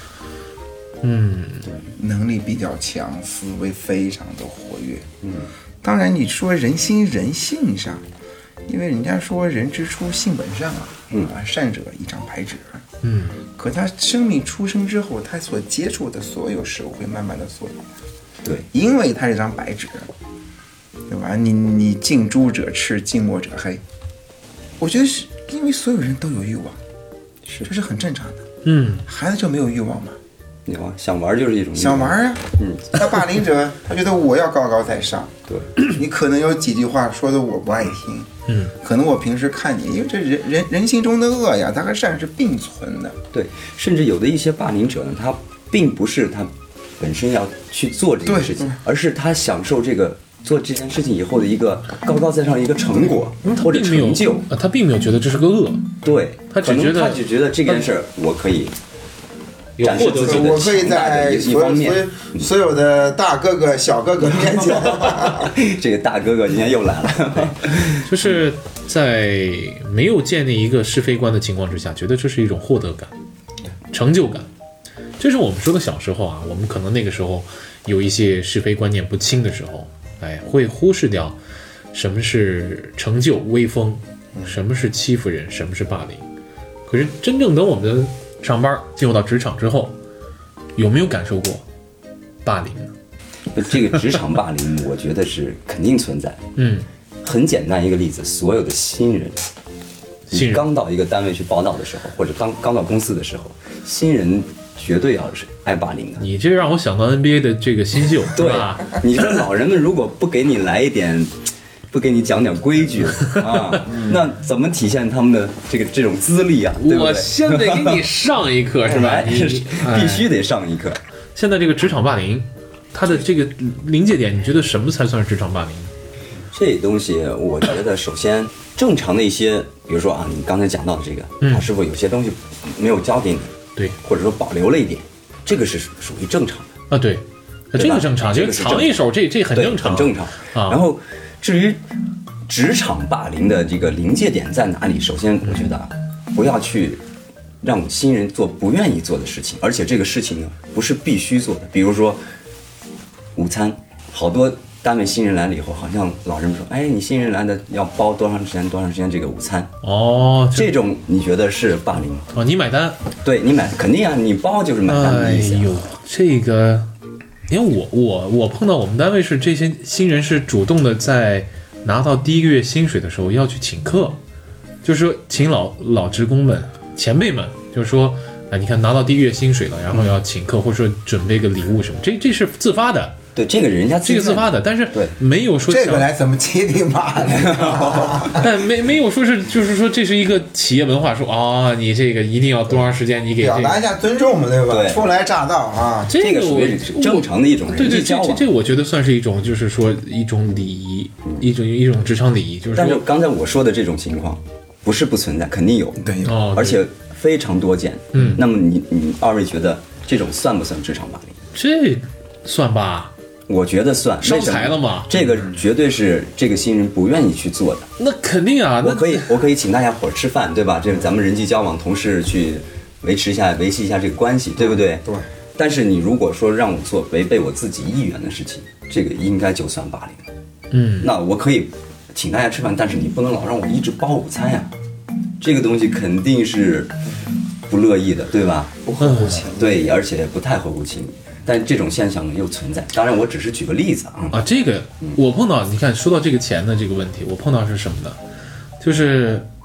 [SPEAKER 3] 能力比较强，思维非常的活跃，当然你说人心人性上。因为人家说人之初性本善善者一张白纸，可他生命出生之后，他所接触的所有事物会慢慢的缩小，
[SPEAKER 2] 对，
[SPEAKER 3] 因为他是张白纸，对吧？你近朱者赤，近墨者黑，我觉得是因为所有人都有欲望，这是很正常的，孩子就没有欲望吗？
[SPEAKER 2] 有啊，想玩就是一种
[SPEAKER 3] 想玩啊，他霸凌者，他觉得我要高高在上，
[SPEAKER 2] 对，
[SPEAKER 3] 你可能有几句话说的我不爱听，可能我平时看你，因为这人心中的恶呀，它和善是并存的，
[SPEAKER 2] 对，甚至有的一些霸凌者呢，他并不是他本身要去做这件事情，而是他享受这个做这件事情以后的一个高高在上的一个成果或者成就，
[SPEAKER 1] 他并没有觉得这是个恶，
[SPEAKER 2] 对，
[SPEAKER 1] 他只
[SPEAKER 2] 觉得这件事我可以。展示自己的
[SPEAKER 3] 我可以在所有的大哥哥小哥哥面前
[SPEAKER 2] 这个大哥哥今天又来了
[SPEAKER 1] 就是在没有建立一个是非观的情况之下，觉得这是一种获得感成就感，这是我们说的小时候啊，我们可能那个时候有一些是非观念不清的时候，会忽视掉什么是成就威风，什么是欺负人，什么是霸凌。可是真正等我们上班进入到职场之后，有没有感受过霸凌呢？
[SPEAKER 2] 这个职场霸凌，我觉得是肯定存在。很简单一个例子，所有的新人刚到一个单位去报道的时候，或者刚到公司的时候，新人绝对要是挨霸凌的。
[SPEAKER 1] 你这让我想到 NBA 的这个新秀，
[SPEAKER 2] 对
[SPEAKER 1] 吧？
[SPEAKER 2] 你说老人们如果不给你来一点。不给你讲点规矩那怎么体现他们的这种资历啊？对不对？
[SPEAKER 1] 我现在给你上一课是吧？
[SPEAKER 2] 必须得上一课。
[SPEAKER 1] 现在这个职场霸凌，它的这个临界点，你觉得什么才算是职场霸凌？
[SPEAKER 2] 这东西，我觉得首先正常的一些，比如说你刚才讲到的这个，老师傅有些东西没有教给你，
[SPEAKER 1] 对，
[SPEAKER 2] 或者说保留了一点，这个是属于正常的
[SPEAKER 1] 对，这个正常，这个藏一手，这很正常，
[SPEAKER 2] 很正常然后。至于职场霸凌的这个临界点在哪里？首先，我觉得不要去让新人做不愿意做的事情，而且这个事情呢不是必须做的。比如说午餐，好多单位新人来了以后，好像老人们说：“你新人来的要包多长时间这个午餐？”这种你觉得是霸凌吗？
[SPEAKER 1] 你买单？
[SPEAKER 2] 对，你买肯定啊，你包就是买单的意思。
[SPEAKER 1] 这个。因为我碰到我们单位是这些新人是主动的，在拿到第1个月薪水的时候要去请客，就是说请老职工们前辈们，就是说你看拿到第1个月薪水了，然后要请客或者说准备个礼物什么，这是自发的。
[SPEAKER 2] 对，这个人家
[SPEAKER 1] 这个自发的，但是没有说
[SPEAKER 3] 这个来怎么接地骂呢？
[SPEAKER 1] 但没有说是就是说这是一个企业文化，说你这个一定要多长时间，你给
[SPEAKER 3] 表达一下尊重嘛，对吧？初来乍到
[SPEAKER 2] 这个属于正常的一种人际交往。
[SPEAKER 1] 这我觉得算是一种，就是说一种礼仪，一种职场礼仪，就是说。
[SPEAKER 2] 但是刚才我说的这种情况，不是不存在，肯定有，
[SPEAKER 3] 对，
[SPEAKER 2] 而且非常多见。那么你二位觉得这种算不算职场霸凌？
[SPEAKER 1] 这算吧。
[SPEAKER 2] 我觉得算，
[SPEAKER 1] 伤财了嘛？
[SPEAKER 2] 这个绝对是这个新人不愿意去做的。
[SPEAKER 1] 那肯定啊，
[SPEAKER 2] 我可以请大家伙吃饭，对吧？这咱们人际交往，同事去维系一下这个关系，对不对？
[SPEAKER 3] 对。
[SPEAKER 2] 但是你如果说让我做违背我自己意愿的事情，这个应该就算霸凌。那我可以请大家吃饭，但是你不能老让我一直包午餐呀。这个东西肯定是不乐意的，对吧？
[SPEAKER 3] 不合乎情理。
[SPEAKER 2] 对，而且不太合乎情理。但这种现象又存在，当然我只是举个例子
[SPEAKER 1] 这个我碰到，你看说到这个钱的这个问题，我碰到是什么呢？就是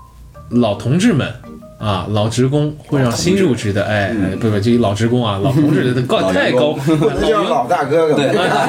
[SPEAKER 1] 老同志们啊，老职工会让新入职的，不，这老职工啊，老同志的太高，
[SPEAKER 3] 不能叫老大哥哥，
[SPEAKER 2] 对，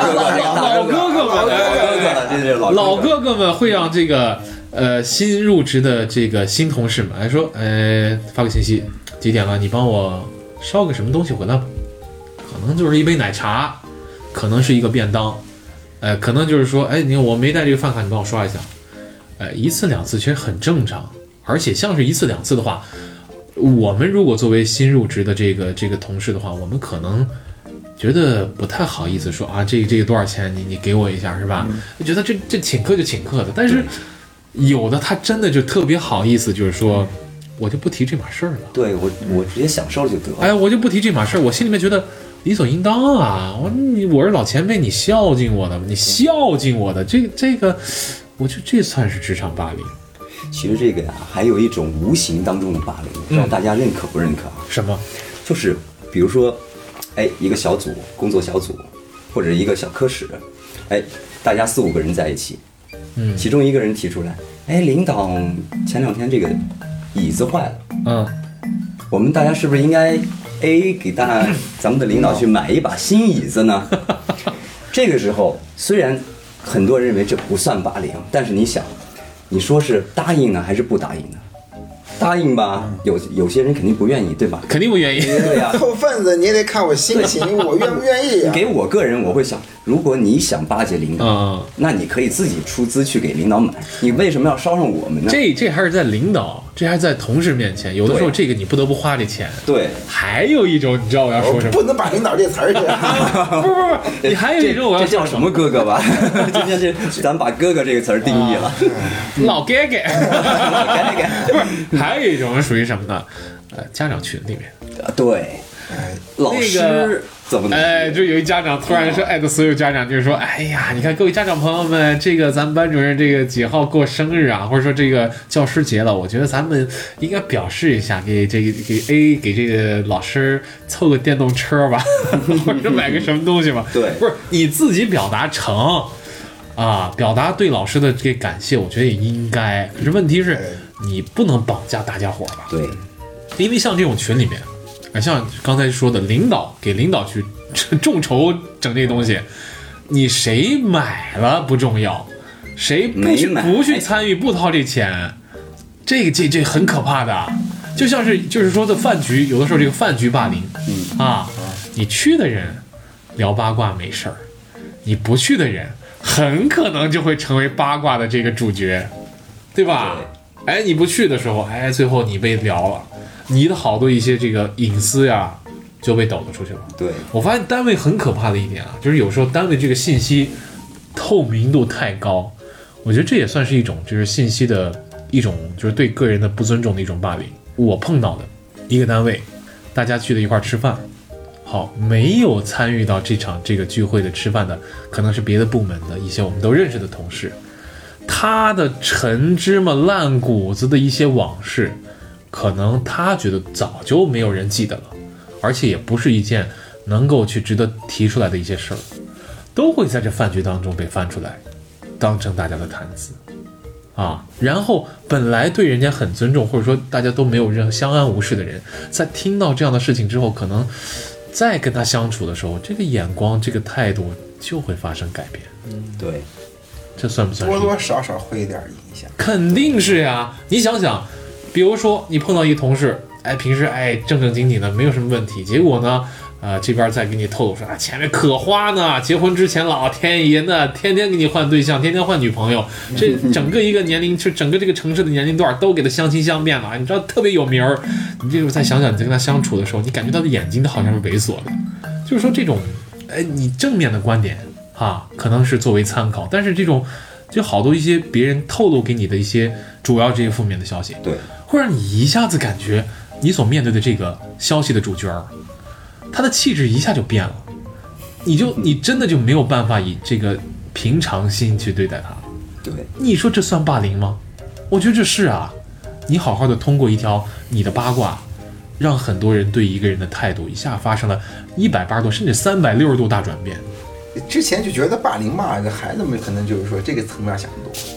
[SPEAKER 1] 老哥哥们会让这个新入职的这个新同事们来说，发个信息，几点了？你帮我烧个什么东西回来吧？可能就是一杯奶茶，可能是一个便当，可能就是说，我没带这个饭卡，你帮我刷一下。一次两次其实很正常，而且像是一次两次的话，我们如果作为新入职的这个同事的话，我们可能觉得不太好意思说啊，这个多少钱？你给我一下是吧？觉得这请客就请客的，但是有的他真的就特别好意思，就是说我就不提这码事儿了。
[SPEAKER 2] 对我直接享受就得了。
[SPEAKER 1] 我就不提这码事儿，我心里面觉得理所应当啊！我是老前辈，你孝敬我的，这个，我觉得这算是职场霸凌。
[SPEAKER 2] 其实这个呀，还有一种无形当中的霸凌，不知道大家认可不认可啊？
[SPEAKER 1] 什么？
[SPEAKER 2] 就是比如说，一个小组工作小组，或者一个小科室，大家4-5个人在一起，其中一个人提出来，领导前2天这个椅子坏了，我们大家是不是应该给咱们的领导去买一把新椅子呢？这个时候虽然很多人认为这不算霸凌，但是你想，你说是答应呢还是不答应呢？答应吧，有些人肯定不愿意，对吧？
[SPEAKER 1] 肯定不愿意。
[SPEAKER 2] 对呀，
[SPEAKER 3] 凑份子你也得看我心情，我愿不愿意啊？
[SPEAKER 2] 给我个人，我会想，如果你想巴结领导，那你可以自己出资去给领导买，你为什么要捎上我们呢？
[SPEAKER 1] 这还是在领导，这还是在同事面前，有的时候这个你不得不花这钱。
[SPEAKER 2] 对，
[SPEAKER 1] 还有一种，你知道我要说什么？
[SPEAKER 3] 不能把领导这词儿去。
[SPEAKER 1] 不，你还有一种我要
[SPEAKER 2] 这叫什么哥哥吧？今天咱把哥哥这个词儿定义了，
[SPEAKER 1] 老哥哥，不是，还有一种属于什么呢？家长群里面，
[SPEAKER 2] 对，老师怎么
[SPEAKER 1] 就有一家长突然说，的所有家长就是说，你看各位家长朋友们，这个咱们班主任这个几号过生日啊，或者说这个教师节了，我觉得咱们应该表示一下，给这个老师凑个电动车吧，或者买个什么东西吧。
[SPEAKER 2] 对，
[SPEAKER 1] 不是你自己表达成表达对老师的这个感谢，我觉得也应该。可是问题是，你不能绑架大家伙吧？
[SPEAKER 2] 对，
[SPEAKER 1] 因为像这种群里面。像刚才说的，给领导去众筹整这个东西，你谁买了不重要，谁不去参与不掏这钱，这很可怕的。就像是就是说的饭局，有的时候这个饭局霸凌，你去的人聊八卦没事儿，你不去的人很可能就会成为八卦的这个主角，对吧？你不去的时候，最后你被聊了。你的好多一些这个隐私呀就被抖了出去了。
[SPEAKER 2] 对，
[SPEAKER 1] 我发现单位很可怕的一点就是有时候单位这个信息透明度太高，我觉得这也算是一种就是信息的一种就是对个人的不尊重的一种霸凌。我碰到的一个单位，大家去的一块吃饭，好，没有参与到这场这个聚会的吃饭的，可能是别的部门的一些我们都认识的同事，他的陈芝麻烂谷子的一些往事。可能他觉得早就没有人记得了，而且也不是一件能够去值得提出来的一些事儿，都会在这饭局当中被翻出来，当成大家的谈资然后本来对人家很尊重，或者说大家都没有任何相安无事的人，在听到这样的事情之后，可能再跟他相处的时候，这个眼光这个态度就会发生改变。
[SPEAKER 2] 对，
[SPEAKER 1] 这算不算
[SPEAKER 3] 多多少少会有点影响？
[SPEAKER 1] 肯定是呀，你想想。比如说你碰到一个同事，平时正正经经的没有什么问题，结果呢，这边再给你透露说前面可花呢，结婚之前老天爷呢，天天给你换对象，天天换女朋友，这整个一个年龄，就整个这个城市的年龄段都给他相亲相面了，你知道特别有名儿。你这时候再想想，你在跟他相处的时候，你感觉他的眼睛都好像是猥琐的，就是说这种，你正面的观点可能是作为参考，但是这种就好多一些别人透露给你的一些主要这些负面的消息，
[SPEAKER 2] 对。
[SPEAKER 1] 会让你一下子感觉你所面对的这个消息的主角他的气质一下就变了，你真的就没有办法以这个平常心去对待他。
[SPEAKER 2] 对，
[SPEAKER 1] 你说这算霸凌吗？我觉得这是你好好的通过一条你的八卦，让很多人对一个人的态度一下发生了180度甚至360度大转变。
[SPEAKER 3] 之前就觉得霸凌骂这个孩子们，可能就是说这个层面想多。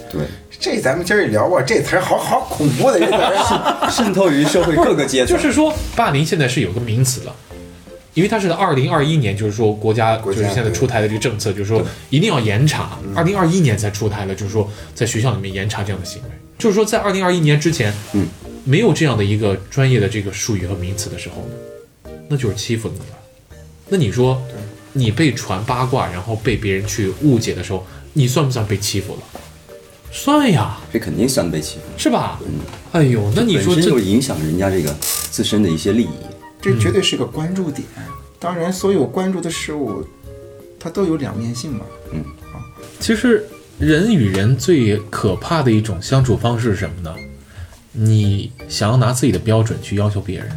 [SPEAKER 2] 对，
[SPEAKER 3] 这咱们今儿也聊过，这词儿好恐怖的这词儿，
[SPEAKER 2] 渗透于社会各个阶层。
[SPEAKER 1] 就是说，霸凌现在是有个名词的，因为它是在2021年，就是说国家就是现在出台的这个政策，就是说一定要严查。2021年才出台了，就是说在学校里面严查这样的行为。就是说，在2021年之前，没有这样的一个专业的这个术语和名词的时候呢，那就是欺负你了。那你说，你被传八卦，然后被别人去误解的时候，你算不算被欺负了？算呀，
[SPEAKER 2] 这肯定算被欺负，
[SPEAKER 1] 是吧？哎呦，那你说
[SPEAKER 2] 这就影响人家这个自身的一些利益，
[SPEAKER 3] 这绝对是个关注点。当然，所有关注的事物，它都有两面性嘛。
[SPEAKER 1] 其实人与人最可怕的一种相处方式是什么呢？你想要拿自己的标准去要求别人，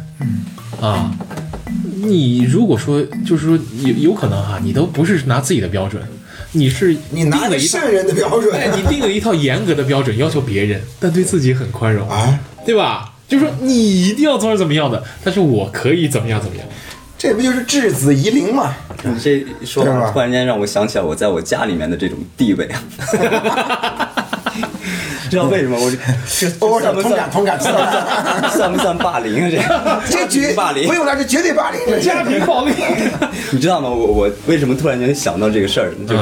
[SPEAKER 1] 你如果说就是说有可能你都不是拿自己的标准，你
[SPEAKER 3] 拿了圣人的标准，
[SPEAKER 1] 你定了一套严格的标准要求别人，但对自己很宽容对吧？就是说你一定要做成怎么样的，但是我可以怎么样怎么样。
[SPEAKER 3] 这不就是质子夷陵吗？
[SPEAKER 2] 你这说法突然间让我想起来我在我家里面的这种地位啊。知道为什么我
[SPEAKER 3] 同感
[SPEAKER 2] 算不算霸凌啊？
[SPEAKER 3] 这绝霸凌，不用了，这绝对霸凌，
[SPEAKER 1] 家庭暴力。
[SPEAKER 2] 你知道吗？我为什么突然间想到这个事儿？就是，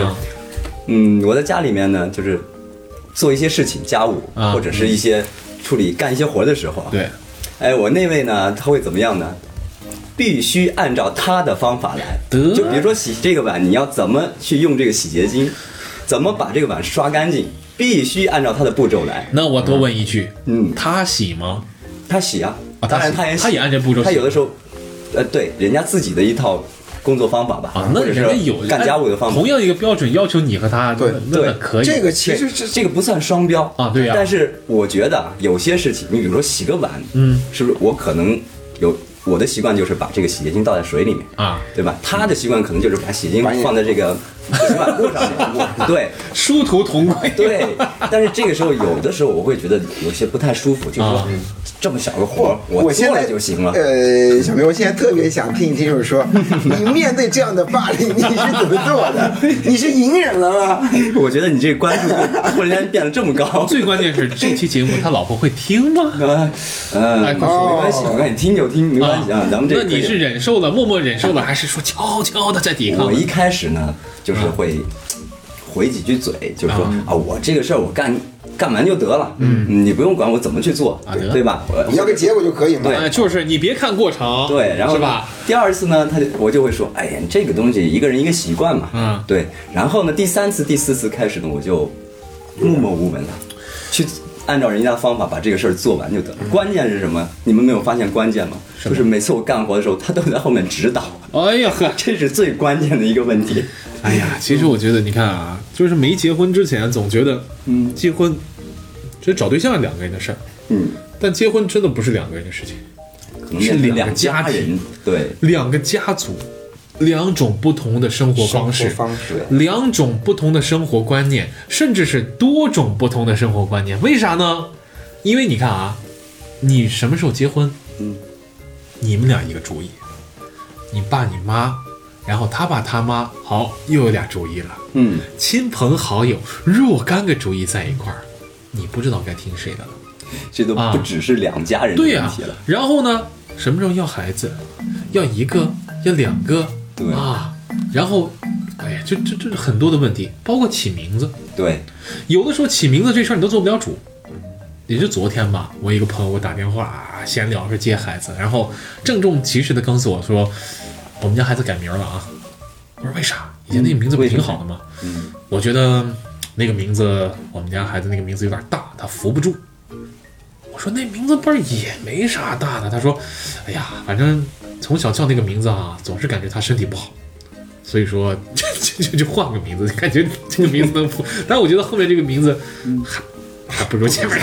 [SPEAKER 2] 我在家里面呢，就是做一些事情，家务或者是一些干一些活的时候，
[SPEAKER 1] 对，
[SPEAKER 2] 哎，我那位呢，他会怎么样呢？必须按照他的方法来。就比如说洗这个碗，你要怎么去用这个洗洁精，怎么把这个碗刷干净，必须按照他的步骤来。
[SPEAKER 1] 那我多问一句，他洗吗？
[SPEAKER 2] 他洗啊，当然他也
[SPEAKER 1] 按这步骤洗。
[SPEAKER 2] 他有的时候，对，人家自己的一套工作方法吧，
[SPEAKER 1] 那人家有
[SPEAKER 2] 干家务的方法，
[SPEAKER 1] 同样一个标准要求你和他，
[SPEAKER 2] 对，
[SPEAKER 1] 可以。
[SPEAKER 3] 这个其实
[SPEAKER 2] 这个不算双标
[SPEAKER 1] 对呀。
[SPEAKER 2] 但是我觉得有些事情，你比如说洗个碗，是不是我可能有我的习惯就是把这个洗洁精倒在水里面对吧？他的习惯可能就是把洗洁精放在这个洗碗布上面，对，
[SPEAKER 1] 殊途同归。
[SPEAKER 2] 对，但是这个时候有的时候我会觉得有些不太舒服，就是说这么小个活我做了就行了。
[SPEAKER 3] 小明，我现在特别想听一听，就是说你面对这样的霸凌你是怎么做的？你是隐忍了吗？
[SPEAKER 2] 我觉得你这个关注度突然间变得这么高。
[SPEAKER 1] 最关键是这期节目他老婆会听吗？
[SPEAKER 2] 没关系，我看你听就听，没关系啊。咱们这
[SPEAKER 1] 那你是忍受了，默默忍受了，还是说悄悄的在抵抗？
[SPEAKER 2] 我一开始呢，就是会回几句嘴，就是说我这个事儿我干完就得了，你不用管我怎么去做，对吧？
[SPEAKER 3] 你要个结果就可以嘛。
[SPEAKER 1] 对，就是你别看过程，
[SPEAKER 2] 对，然后
[SPEAKER 1] 是吧？
[SPEAKER 2] 第二次呢，我就会说，哎呀，这个东西一个人一个习惯嘛，对。然后呢，第三次、第四次开始呢，我就默默无闻了，去按照人家的方法把这个事儿做完就得了。关键是什么？你们没有发现关键吗？就是每次我干活的时候，他都在后面指导。
[SPEAKER 1] 哎呀呵，
[SPEAKER 2] 这是最关键的一个问题。
[SPEAKER 1] 哎呀，其实我觉得，你看就是没结婚之前总觉得，结婚，这找对象是两个人的事儿，但结婚真的不是两个人的事情，
[SPEAKER 2] 可能
[SPEAKER 1] 是两个
[SPEAKER 2] 家人，对，
[SPEAKER 1] 两个家族，两种不同的生活方式，两种不同的生活观念，甚至是多种不同的生活观念。为啥呢？因为你看你什么时候结婚？你们俩一个主意，你爸你妈，然后他爸他妈，好，又有俩主意了。亲朋好友若干个主意在一块儿，你不知道该听谁的了。
[SPEAKER 2] 这都不只是两家人的问题了。
[SPEAKER 1] 然后呢，什么时候要孩子？要一个？要两个？
[SPEAKER 2] 对
[SPEAKER 1] 然后，哎呀，这很多的问题，包括起名字。
[SPEAKER 2] 对，
[SPEAKER 1] 有的时候起名字这事儿你都做不了主。也就昨天吧，我一个朋友打电话闲聊说接孩子，然后郑重其事的告诉我说，我们家孩子改名了我说为啥？以前那个名字不挺好的吗？我觉得那个名字，我们家孩子那个名字有点大，他扶不住。我说那名字不是也没啥大的？他说，哎呀，反正从小叫那个名字总是感觉他身体不好，所以说就换个名字，感觉这个名字能扶。但我觉得后面这个名字还不如前面。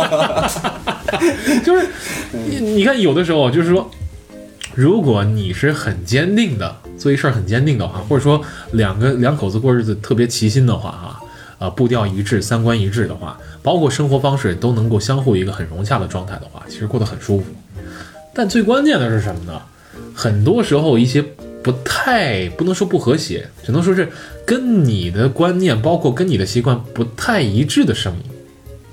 [SPEAKER 1] 就是你看，有的时候就是说，如果你是很坚定的做一事儿很坚定的话，或者说两口子过日子特别齐心的话步调一致，三观一致的话，包括生活方式都能够相互一个很融洽的状态的话，其实过得很舒服。但最关键的是什么呢？很多时候一些不能说不和谐，只能说是跟你的观念包括跟你的习惯不太一致的声音，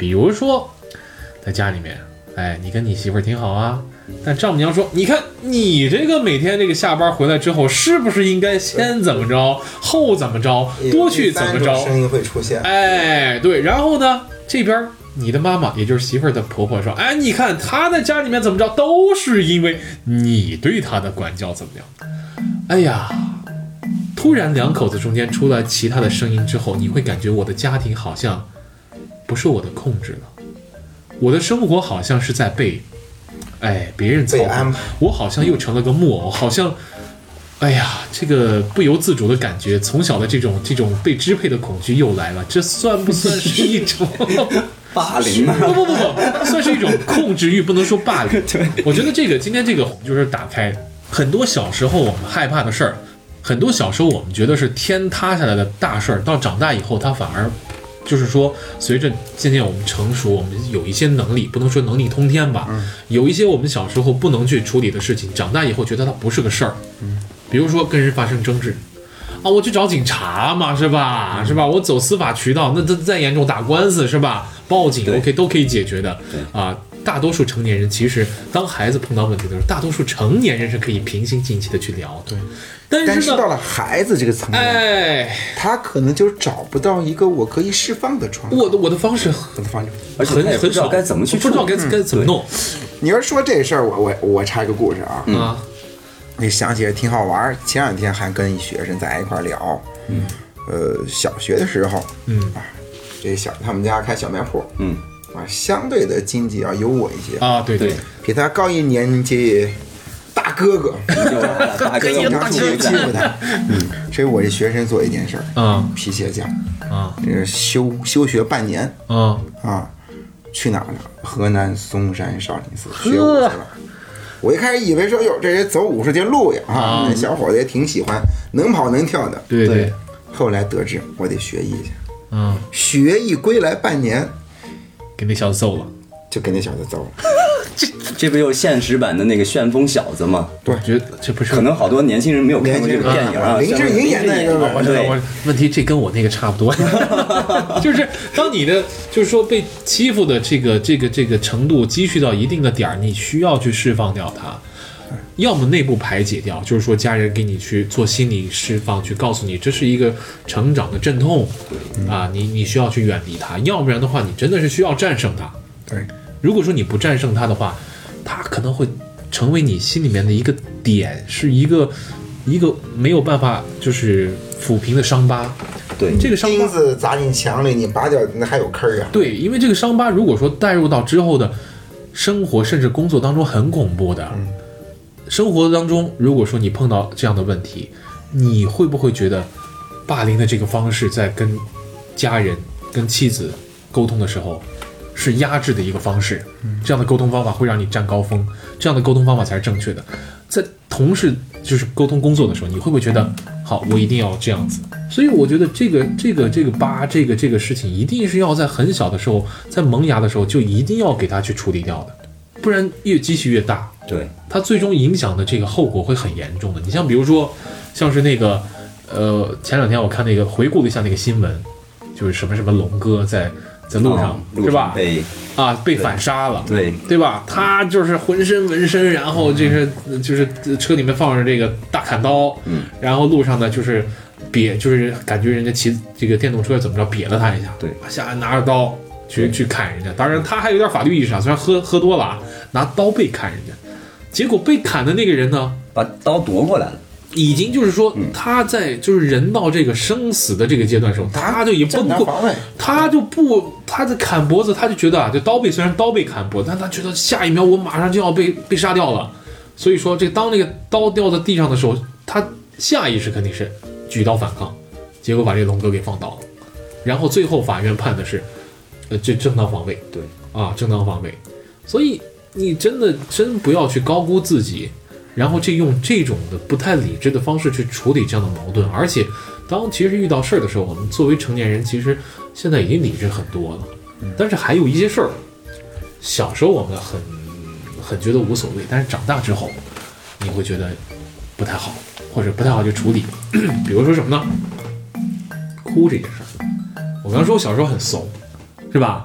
[SPEAKER 1] 比如说在家里面，哎，你跟你媳妇儿挺好啊，但丈母娘说，你看你这个每天这个下班回来之后，是不是应该先怎么着，后怎么着，多去怎么着？
[SPEAKER 3] 声音会出现。
[SPEAKER 1] 哎，对，然后呢，这边你的妈妈，也就是媳妇儿的婆婆说，哎，你看她在家里面怎么着，都是因为你对她的管教怎么样？哎呀，突然两口子中间出来其他的声音之后，你会感觉我的家庭好像不受我的控制了，我的生活好像是在被别人操控，我好像又成了个木偶，好像哎呀，这个不由自主的感觉，从小的这种被支配的恐惧又来了，这算不算是一种
[SPEAKER 2] 霸凌呢？
[SPEAKER 1] 不，算是一种控制欲，不能说霸凌。对，我觉得今天这个就是打开很多小时候我们害怕的事儿，很多小时候我们觉得是天塌下来的大事儿，到长大以后它反而就是说，随着渐渐我们成熟，我们有一些能力，不能说能力通天吧，有一些我们小时候不能去处理的事情，长大以后觉得它不是个事儿。比如说跟人发生争执啊，我去找警察嘛，是吧？我走司法渠道，那再严重打官司是吧？报警 OK 都可以解决的啊。大多数成年人其实当孩子碰到问题的时候，大多数成年人是可以平心静气的去聊。对，但是
[SPEAKER 3] 到了孩子这个层面，他可能就找不到一个我可以释放的窗口。
[SPEAKER 1] 我的方式
[SPEAKER 2] 而且很少该怎么去，
[SPEAKER 1] 不知道该怎么弄。
[SPEAKER 3] 你要说这事儿，我插个故事啊。你想起来挺好玩，前两天还跟学生在一块聊，小学的时候，这他们家开小卖铺，相对的经济要优渥一些
[SPEAKER 1] 啊，对，
[SPEAKER 3] 比他高一年级大哥哥，
[SPEAKER 2] 大哥哥
[SPEAKER 3] 常欺负他，所以我这学生做一件事儿，皮鞋匠休学半年，去哪儿了？河南嵩山少林寺学武去了。我一开始以为说，哟，这人走50天路呀那小伙子也挺喜欢能跑能跳的。
[SPEAKER 1] 对。
[SPEAKER 3] 后来得知我得学艺去，学艺归来半年，
[SPEAKER 1] 给那小子揍了，
[SPEAKER 3] 就给那小子揍了。
[SPEAKER 2] 这不就是现实版的那个旋风小子吗？
[SPEAKER 1] 对，觉得这不是
[SPEAKER 2] 可能好多年轻人没有看过这个电影啊。
[SPEAKER 3] 林志颖演那个，
[SPEAKER 1] 对，问题这跟我那个差不多，就是当你的就是说被欺负的这个程度积蓄到一定的点儿，你需要去释放掉它，要么内部排解掉，就是说家人给你去做心理释放，去告诉你这是一个成长的阵痛啊，你需要去远离它，要不然的话，你真的是需要战胜它。
[SPEAKER 3] 对，
[SPEAKER 1] 如果说你不战胜它的话，它可能会成为你心里面的一个点，是一个没有办法就是抚平的伤疤。
[SPEAKER 2] 对，
[SPEAKER 1] 这个伤疤
[SPEAKER 3] 钉子砸进墙里，你拔掉那还有坑啊。
[SPEAKER 1] 对，因为这个伤疤如果说带入到之后的生活甚至工作当中，很恐怖的。生活当中，如果说你碰到这样的问题，你会不会觉得霸凌的这个方式在跟家人、跟妻子沟通的时候是压制的一个方式？这样的沟通方法会让你占高峰，这样的沟通方法才是正确的。在同事就是沟通工作的时候，你会不会觉得好，我一定要这样子？所以我觉得这个疤这个事情，一定是要在很小的时候，在萌芽的时候就一定要给它去处理掉的，不然越积蓄越大。
[SPEAKER 2] 对，
[SPEAKER 1] 它最终影响的这个后果会很严重的。你像比如说，像是那个前两天我看那个回顾了一下那个新闻，就是什么龙哥在路上是吧？被反杀了，对吧？他就是浑身纹身，然后就是车里面放着这个大砍刀，然后路上呢就是就是感觉人家骑这个电动车怎么着瘪了他一下，
[SPEAKER 2] 对，
[SPEAKER 1] 下来拿着刀去砍人家。当然他还有点法律意识啊，虽然喝多了拿刀背砍人家。结果被砍的那个人呢，
[SPEAKER 2] 把刀夺过来了，
[SPEAKER 1] 已经就是说他在就是人到这个生死的这个阶段的时候，他就也不，他在砍脖子，他就觉得这刀背虽然刀被砍脖，但他觉得下一秒我马上就要被杀掉了，所以说当那个刀掉在地上的时候，他下意识肯定是举刀反抗，结果把这龙哥给放倒了，然后最后法院判的是这正当防卫，
[SPEAKER 2] 对
[SPEAKER 1] 正当防卫，所以。你真不要去高估自己，然后用这种的不太理智的方式去处理这样的矛盾。而且，当其实遇到事儿的时候，我们作为成年人，其实现在已经理智很多了。但是还有一些事儿，小时候我们很觉得无所谓，但是长大之后，你会觉得不太好，或者不太好去处理。比如说什么呢？哭这件事儿。我刚说我小时候很怂，是吧？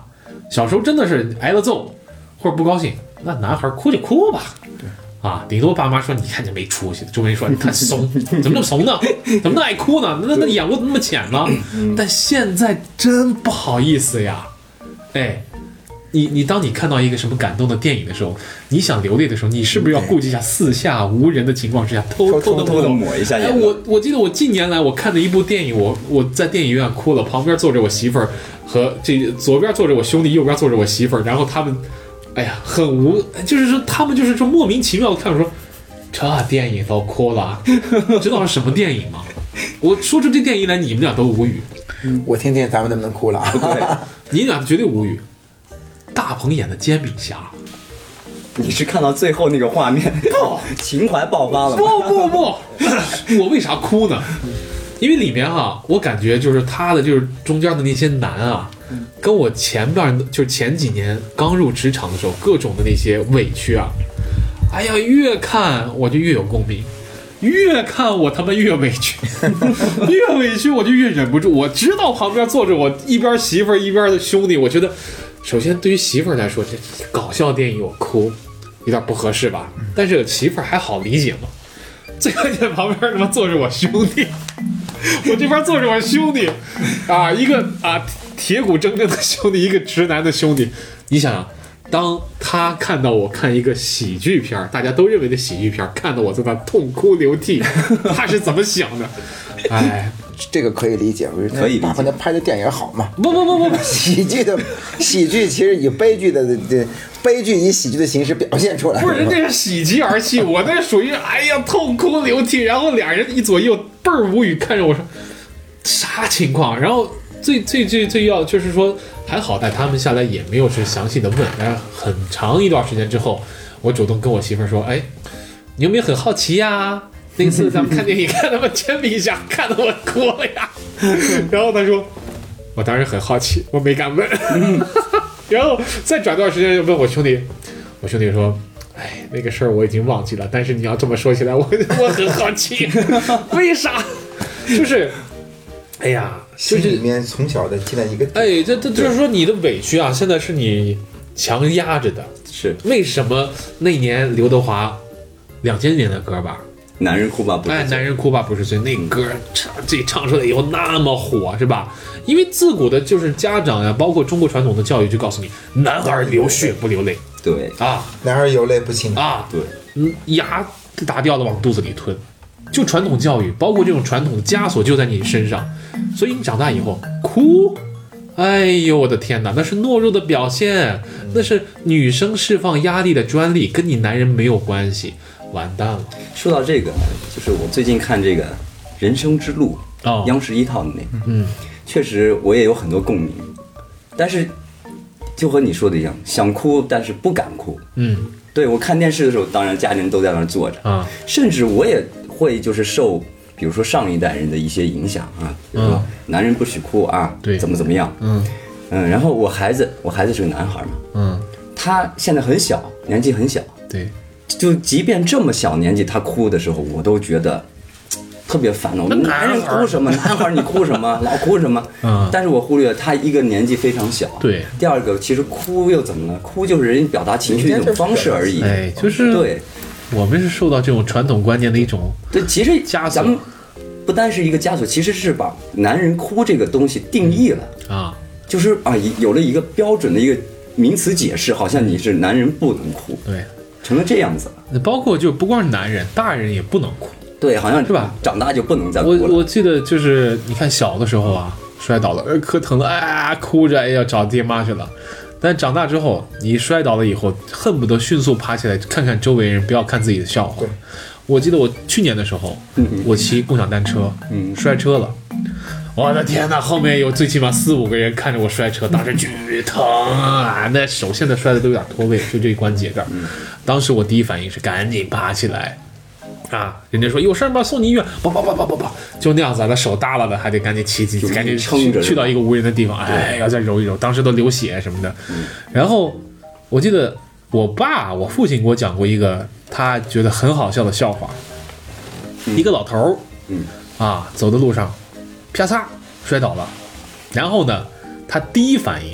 [SPEAKER 1] 小时候真的是挨了揍或者不高兴，那男孩哭就哭吧，对啊，顶多爸妈说你看见没出息，周围说你看怂，怎么那么怂呢？怎么能爱哭呢？那眼窝那么浅呢？但现在真不好意思呀，哎。你当你看到一个什么感动的电影的时候，你想流泪的时候，你是不是要顾及一下四下无人的情况之下，偷偷
[SPEAKER 2] 抹一下眼
[SPEAKER 1] 泪？我记得我近年来我看的一部电影，我在电影院哭了，旁边坐着我媳妇儿和这左边坐着我兄弟，右边坐着我媳妇儿，然后他们，哎呀，就是说他们就是说莫名其妙的看我说，这电影都哭了，知道是什么电影吗？我说出这电影来，你们俩都无语。
[SPEAKER 3] 我听听咱们能不能哭了？
[SPEAKER 2] 对，
[SPEAKER 1] 你俩绝对无语。大鹏演的煎饼侠，
[SPEAKER 2] 你是看到最后那个画面，情怀爆发了吗？
[SPEAKER 1] 不，我为啥哭呢？因为里面啊，我感觉就是他的就是中间的那些难啊，跟我前边就是前几年刚入职场的时候各种的那些委屈啊，哎呀，越看我就越有共鸣，越看我他妈越委屈，越委屈我就越忍不住。我知道旁边坐着我一边媳妇儿一边的兄弟，我觉得。首先，对于媳妇儿来说，这搞笑电影我哭有点不合适吧？但是媳妇儿还好理解嘛。最关键旁边他妈坐着我兄弟，我这边坐着我兄弟，啊，一个啊铁骨铮铮的兄弟，一个直男的兄弟。你想想，当他看到我看一个喜剧片，大家都认为的喜剧片，看到我在那痛哭流涕，他是怎么想的？哎。
[SPEAKER 3] 这个可以理解，
[SPEAKER 2] 可以理解。
[SPEAKER 3] 大鹏拍的电影好嘛？
[SPEAKER 1] 不，
[SPEAKER 3] 喜剧其实以悲剧以喜剧的形式表现出来。
[SPEAKER 1] 不是，人家是喜极而泣，我那属于哎呀痛哭流涕，然后俩人一左右倍儿无语看着我说啥情况？然后最要就是说还好带他们下来也没有是详细的问，然后很长一段时间之后，我主动跟我媳妇说，哎，你有没有很好奇呀？那次咱们看电影看他们煎饼侠，看得我哭了呀。然后他说，我当时很好奇，我没敢问。然后再转段时间就问我兄弟说，哎，那个事儿我已经忘记了，但是你要这么说起来，我很好奇，为啥？就是，哎呀，就是
[SPEAKER 3] 里面从小的进来一个，
[SPEAKER 1] 哎，这就是说你的委屈啊，现在是你强压着的。
[SPEAKER 2] 是
[SPEAKER 1] 为什么那年刘德华2000年的歌吧？
[SPEAKER 2] 男人哭吧不是罪，
[SPEAKER 1] 男人哭吧不是罪，那歌唱出来以后那么火，是吧？因为自古的就是家长呀，包括中国传统的教育就告诉你，男儿流血不流泪，
[SPEAKER 2] 对
[SPEAKER 1] 啊，
[SPEAKER 3] 男儿有泪不轻
[SPEAKER 1] 啊，
[SPEAKER 2] 对，
[SPEAKER 1] 牙打掉了往肚子里吞，就传统教育，包括这种传统的枷锁就在你身上，所以你长大以后哭，哎呦我的天哪，那是懦弱的表现，那是女生释放压力的专利，跟你男人没有关系。完蛋了！
[SPEAKER 2] 说到这个，就是我最近看这个《人生之路》央视1套的那个，确实我也有很多共鸣，但是就和你说的一样，想哭但是不敢哭。对，我看电视的时候，当然家人都在那儿坐着啊，甚至我也会就是受，比如说上一代人的一些影响啊，比如说男人不许哭啊，
[SPEAKER 1] 对，
[SPEAKER 2] 怎么样，然后我孩子是个男孩嘛，他现在很小，年纪很小，
[SPEAKER 1] 对。
[SPEAKER 2] 就即便这么小年纪他哭的时候，我都觉得特别烦恼。男人哭什么？男孩你哭什么？老哭什么？但是我忽略了他一个年纪非常小。
[SPEAKER 1] 对。第
[SPEAKER 2] 二个，其实哭又怎么了？哭就是人表达情绪的一种方式而已。
[SPEAKER 1] 哎，就是
[SPEAKER 2] 对。
[SPEAKER 1] 我们是受到这种传统观念的一种
[SPEAKER 2] 对，其实咱们不单是一个枷锁，其实是把男人哭这个东西定义了啊，就是啊有了一个标准的一个名词解释，好像你是男人不能哭。
[SPEAKER 1] 对。
[SPEAKER 2] 成了这样子了，
[SPEAKER 1] 包括就不光是男人，大人也不能哭。
[SPEAKER 2] 对，好像
[SPEAKER 1] 是吧？
[SPEAKER 2] 长大就不能再哭了。
[SPEAKER 1] 我记得就是你看小的时候啊，摔倒了，可疼了，哎，哭着要找爹妈去了。但长大之后，你摔倒了以后，恨不得迅速爬起来看看周围人，不要看自己的笑话。我记得我去年的时候，我骑共享单车，摔车了。我的天哪！后面有最起码4-5个人看着我摔车，当时巨疼啊！那手现在摔的都有点脱位，就这关节这儿。当时我第一反应是赶紧爬起来，啊！人家说有事吗？送你医院。不，就那样子，他手耷拉的，还得赶紧骑，赶紧去到一个无人的地方，哎，要再揉一揉。当时都流血什么的。然后我记得我父亲给我讲过一个他觉得很好笑的笑话，一个老头儿，走的路上。啪嚓摔倒了，然后呢，他第一反应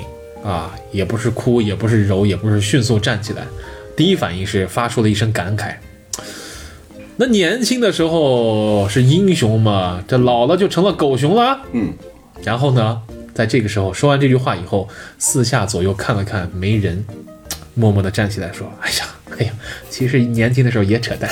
[SPEAKER 1] 啊，也不是哭，也不是揉，也不是迅速站起来，第一反应是发出了一声感慨。那年轻的时候是英雄嘛，这老了就成了狗熊了。然后呢，在这个时候说完这句话以后，四下左右看了看，没人，默默地站起来说：“哎呀，其实年轻的时候也扯淡。”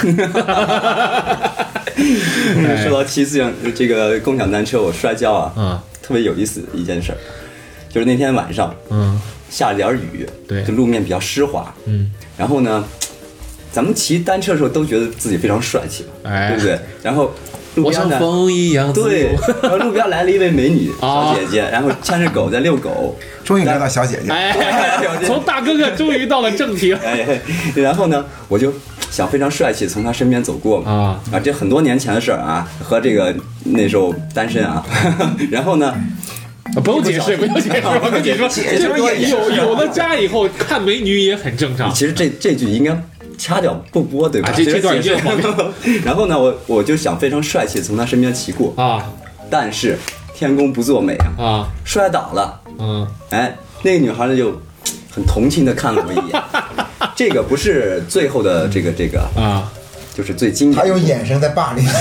[SPEAKER 2] 说到骑这个共享单车，我摔跤啊，特别有意思的一件事，就是那天晚上，下了点雨，
[SPEAKER 1] 对，
[SPEAKER 2] 就路面比较湿滑，然后呢，咱们骑单车的时候都觉得自己非常帅气，对不对？然后路边
[SPEAKER 1] 我像风一样自由，
[SPEAKER 2] 对，然后路边来了一位美女小姐姐，然后牵着狗在遛狗，
[SPEAKER 3] 终于来到小姐姐，
[SPEAKER 1] 从大哥哥终于到了正题了。
[SPEAKER 2] 然后呢，我就想非常帅气从她身边走过嘛，这很多年前的事儿啊，和这个那时候单身啊，然后呢。
[SPEAKER 1] 不用解释，我跟你说，有了家以后看美女也很正常。
[SPEAKER 2] 其实这句应该掐掉不播，对吧？
[SPEAKER 1] 这段已经好。
[SPEAKER 2] 然后呢，我就想非常帅气从他身边骑过啊，但是天公不作美啊，摔倒了。那个女孩呢就很同情的看了我一眼。这个不是最后的这个啊。就是最经典，
[SPEAKER 3] 他用眼神在霸凌。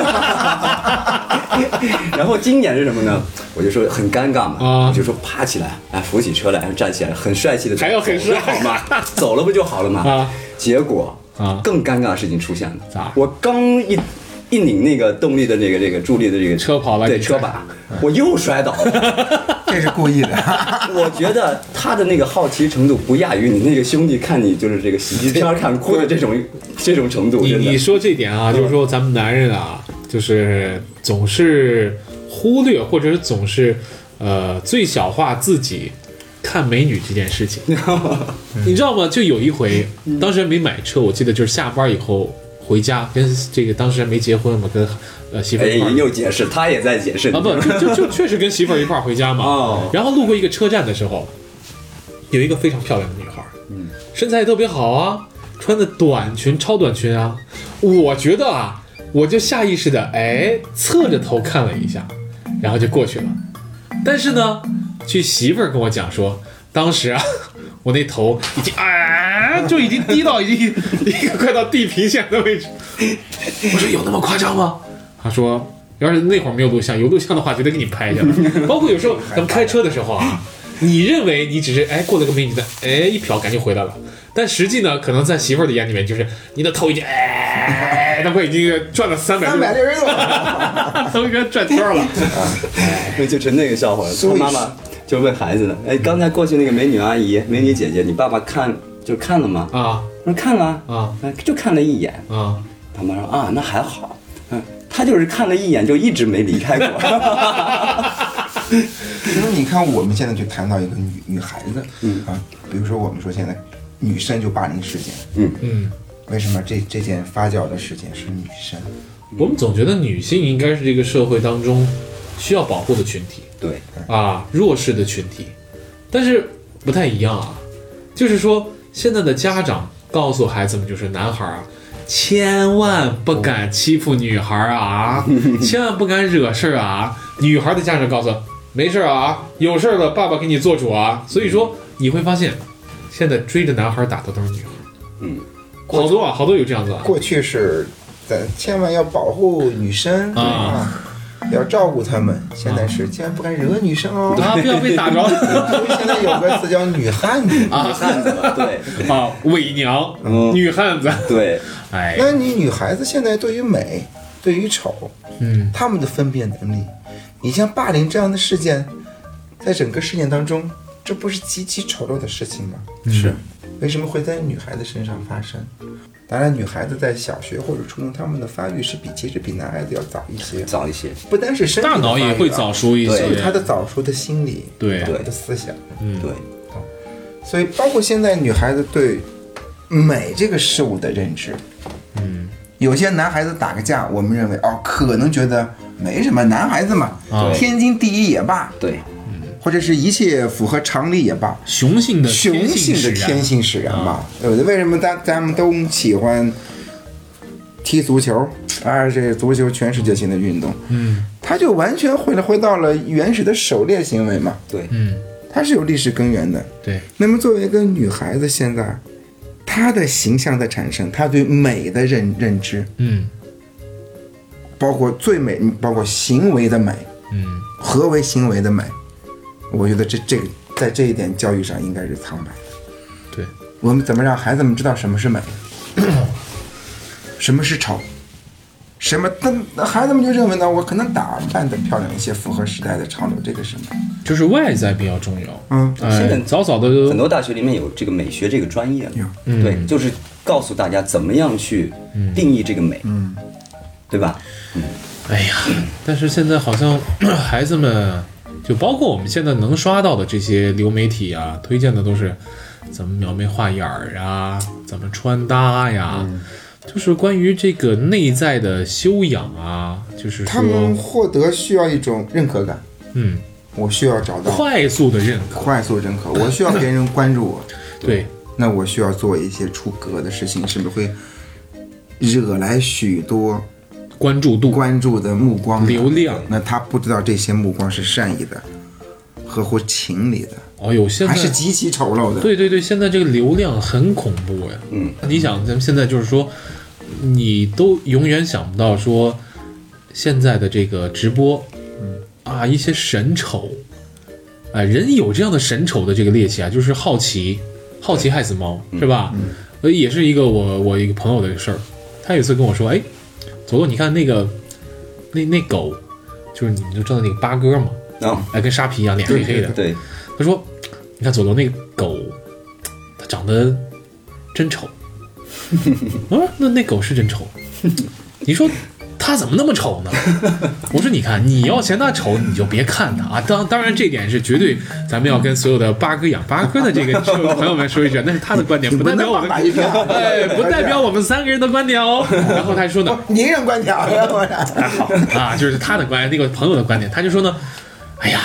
[SPEAKER 2] 然后经典是什么呢？我就说很尴尬嘛，我就说爬起来，扶起车来，站起来，很帅气的，
[SPEAKER 1] 还要很帅
[SPEAKER 2] 好嘛，走了不就好了嘛？结果更尴尬的事情出现了，我刚一拧那个动力的这个助力的这个
[SPEAKER 1] 车跑了，
[SPEAKER 2] 对车把，我又摔倒了。
[SPEAKER 3] 这是故意的。
[SPEAKER 2] 我觉得他的那个好奇程度不亚于你那个兄弟看你就是这个喜剧片看哭的这种程度。
[SPEAKER 1] 你说这点啊，就是说咱们男人啊，就是总是忽略或者是总是最小化自己看美女这件事情。你知道吗？就有一回，当时还没买车，我记得就是下班以后回家，跟这个当时还没结婚嘛，跟媳妇儿一块儿。
[SPEAKER 2] 又解释，他也在解释。
[SPEAKER 1] 不，就确实跟媳妇儿一块儿回家嘛。然后路过一个车站的时候，有一个非常漂亮的女孩，身材特别好啊，穿的短裙，超短裙啊。我觉得啊，我就下意识的侧着头看了一下，然后就过去了。但是呢，据媳妇儿跟我讲说，当时啊，我那头已经就已经低到已经一个快到地平线的位置。我说有那么夸张吗？他说要是那会儿没有录像，有录像的话绝对给你拍下来。包括有时候咱们开车的时候啊，你认为你只是过了个美女的一瞟赶紧回来了，但实际呢，可能在媳妇儿的眼里面，就是你的头已经那会已经转了360度了，都应该转圈了。
[SPEAKER 2] 就是那个笑话，他妈妈就问孩子呢，刚才过去那个美女阿姨、美女姐姐，你爸爸看了吗？说看了啊，就看了一眼啊。他妈说那还好，他就是看了一眼就一直没离开过。
[SPEAKER 3] 其实你看，我们现在就谈到一个女孩子，比如说我们说现在女生就霸凌事件，为什么这件发酵的事件是女生？
[SPEAKER 1] 我们总觉得女性应该是这个社会当中需要保护的群体，
[SPEAKER 2] 对
[SPEAKER 1] 弱势的群体，但是不太一样啊。就是说，现在的家长告诉孩子们，就是男孩啊，千万不敢欺负女孩啊，千万不敢惹事啊。女孩的家长告诉没事啊，有事了爸爸给你做主啊。所以说你会发现，现在追着男孩打的都是女孩，好多有这样子。
[SPEAKER 3] 过去是千万要保护女生要照顾她们，现在是千万不敢惹女生哦，
[SPEAKER 1] 不要被打着。
[SPEAKER 3] 现在有个词叫女汉子，
[SPEAKER 2] 女汉子，对
[SPEAKER 1] 伪娘，女汉子，
[SPEAKER 2] 对。
[SPEAKER 3] 那你女孩子现在对于美，对于丑，她们的分辨能力，你像霸凌这样的事件，在整个事件当中，这不是极其丑陋的事情吗？
[SPEAKER 2] 是，
[SPEAKER 3] 为什么会在女孩子身上发生？当然，女孩子在小学或者初中，她们的发育是其实比男孩子要早一些，不单是身体的
[SPEAKER 1] 大脑也会早熟一些，
[SPEAKER 3] 她的早熟的心理，
[SPEAKER 1] 对
[SPEAKER 3] 的思想，
[SPEAKER 2] 对。
[SPEAKER 3] 所以，包括现在女孩子对美这个事物的认知，有些男孩子打个架，我们认为可能觉得没什么，男孩子嘛，天经地义也罢，
[SPEAKER 2] 对。
[SPEAKER 3] 或者是一切符合常理也罢，
[SPEAKER 1] 雄性的
[SPEAKER 3] 天性使然吧，对不对？为什么咱们都喜欢踢足球这足球全世界性的运动，它就完全回到了原始的狩猎行为嘛，
[SPEAKER 2] 对，
[SPEAKER 3] 它是有历史根源的。
[SPEAKER 1] 对。
[SPEAKER 3] 那么作为一个女孩子，现在她的形象的产生，她对美的认知，包括最美，包括行为的美，何为行为的美？我觉得这在这一点教育上应该是苍白的。
[SPEAKER 1] 对，
[SPEAKER 3] 我们怎么让孩子们知道什么是美，什么是丑？什么？那孩子们就认为呢，我可能打扮的漂亮一些，符合时代的潮流，这个是美，
[SPEAKER 1] 就是外在比较重要。
[SPEAKER 2] 现在
[SPEAKER 1] 早的
[SPEAKER 2] 很多大学里面有这个美学这个专业，对，就是告诉大家怎么样去定义这个美，对吧？
[SPEAKER 1] 哎呀，但是现在好像孩子们，就包括我们现在能刷到的这些流媒体啊，推荐的都是怎么描眉画眼儿啊，怎么穿搭呀。就是关于这个内在的修养啊，就是说
[SPEAKER 3] 他们获得需要一种认可感。我需要找到
[SPEAKER 1] 快速的认可，
[SPEAKER 3] 我需要别人关注我。
[SPEAKER 1] 对，
[SPEAKER 3] 那我需要做一些出格的事情，是不是会惹来许多关注的目光、
[SPEAKER 1] 流量？
[SPEAKER 3] 那他不知道这些目光是善意的、合乎情理的。
[SPEAKER 1] 现在
[SPEAKER 3] 还是极其丑陋的。
[SPEAKER 1] 对，现在这个流量很恐怖呀。你想，咱们现在就是说，你都永远想不到说，现在的这个直播，一些神丑，人有这样的神丑的这个猎奇啊，就是好奇害死猫，是吧？也是一个我一个朋友的事儿。他有一次跟我说，左左，你看那个那狗，就是你就知道那个八哥嘛，跟沙皮一样，脸黑黑的。
[SPEAKER 2] 对。
[SPEAKER 1] 他说：“你看左左那个狗，它长得真丑。”我说：“那狗是真丑。”你说它怎么那么丑呢？我说：“你看，你要嫌它丑，你就别看它啊。当然，这点是绝对，咱们要跟所有的八哥养八哥的这个朋友们说一句，那是他的观点，不代表我们不代表我们3个人的观点哦。”然后他就说呢：“
[SPEAKER 3] 您人观点，
[SPEAKER 1] 好啊，就是他的观点，那个朋友的观点，他就说呢，哎呀。”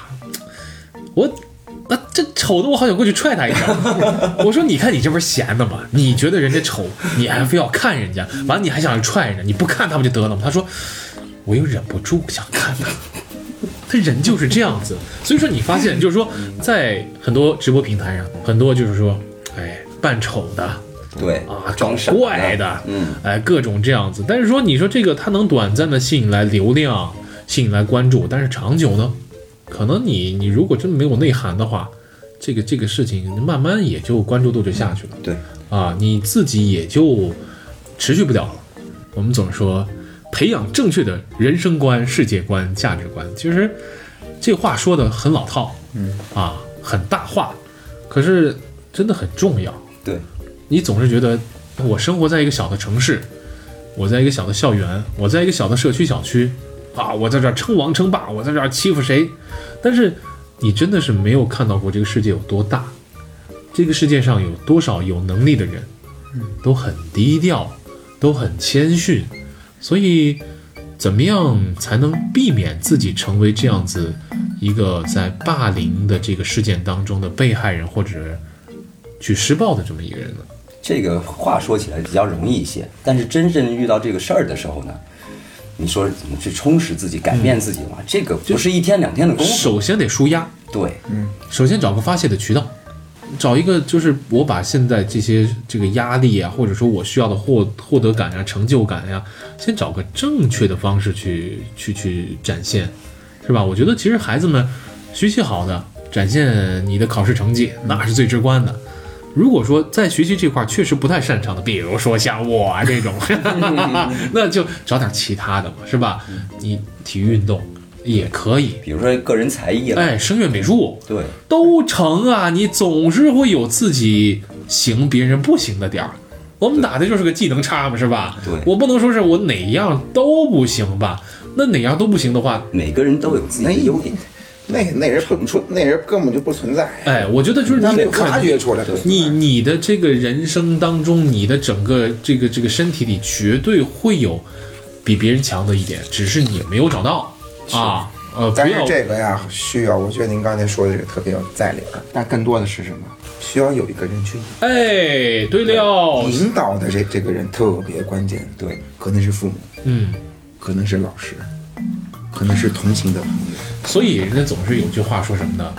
[SPEAKER 1] 这丑的我好想过去踹他一下。我说你看你这不是闲的吗？你觉得人家丑，你还非要看人家，完了你还想踹人家，你不看他不就得了吗？他说我又忍不住想看他人就是这样子。所以说你发现就是说在很多直播平台上，很多就是说扮丑的，
[SPEAKER 2] 对
[SPEAKER 1] 装怪的，各种这样子。但是说你说这个它能短暂的吸引来流量，吸引来关注，但是长久呢？可能你如果真没有内涵的话，这个事情慢慢也就关注度就下去了。
[SPEAKER 2] 对
[SPEAKER 1] 你自己也就持续不了了。我们总说培养正确的人生观、世界观、价值观，其实这话说的很老套，很大话，可是真的很重要。
[SPEAKER 2] 对，
[SPEAKER 1] 你总是觉得我生活在一个小的城市，我在一个小的校园，我在一个小的社区小区。我在这儿称王称霸，我在这儿欺负谁？但是你真的是没有看到过这个世界有多大，这个世界上有多少有能力的人，都很低调，都很谦逊。所以怎么样才能避免自己成为这样子一个在霸凌的这个事件当中的被害人，或者去施暴的这么一个人呢？
[SPEAKER 2] 这个话说起来比较容易一些，但是真正遇到这个事儿的时候呢，你说怎么去充实自己、改变自己嘛？这个不是1天2天的功夫。
[SPEAKER 1] 首先得抒压，
[SPEAKER 2] 对，
[SPEAKER 1] 首先找个发泄的渠道，找一个就是我把现在这个压力啊，或者说我需要的获得感啊、成就感呀，先找个正确的方式去展现，是吧？我觉得其实孩子们学习好的，展现你的考试成绩，那是最直观的。如果说在学习这块确实不太擅长的，比如说像我这种那就找点其他的嘛，是吧？你体育运动也可以，
[SPEAKER 2] 比如说个人才艺了，
[SPEAKER 1] 声乐美术，
[SPEAKER 2] 对，
[SPEAKER 1] 都成啊。你总是会有自己行别人不行的点儿。我们打的就是个技能差嘛，是吧？
[SPEAKER 2] 对，
[SPEAKER 1] 我不能说是我哪样都不行吧？那哪样都不行的话，
[SPEAKER 2] 每个人都有自己的优点。
[SPEAKER 3] 那人根本就不存在。
[SPEAKER 1] 我觉得就是你
[SPEAKER 3] 发掘出来，
[SPEAKER 1] 你的这个人生当中，你的整个这个身体里绝对会有比别人强的一点，只是你没有找到啊。
[SPEAKER 3] 但是这个呀，需要，我觉得您刚才说的这个特别有在理，但更多的是什么？需要有一个人去
[SPEAKER 1] 对了，
[SPEAKER 3] 引导的这个人特别关键。
[SPEAKER 2] 对，
[SPEAKER 3] 可能是父母，可能是老师，可能是同行的朋友。
[SPEAKER 1] 所以人家总是有句话说什么呢？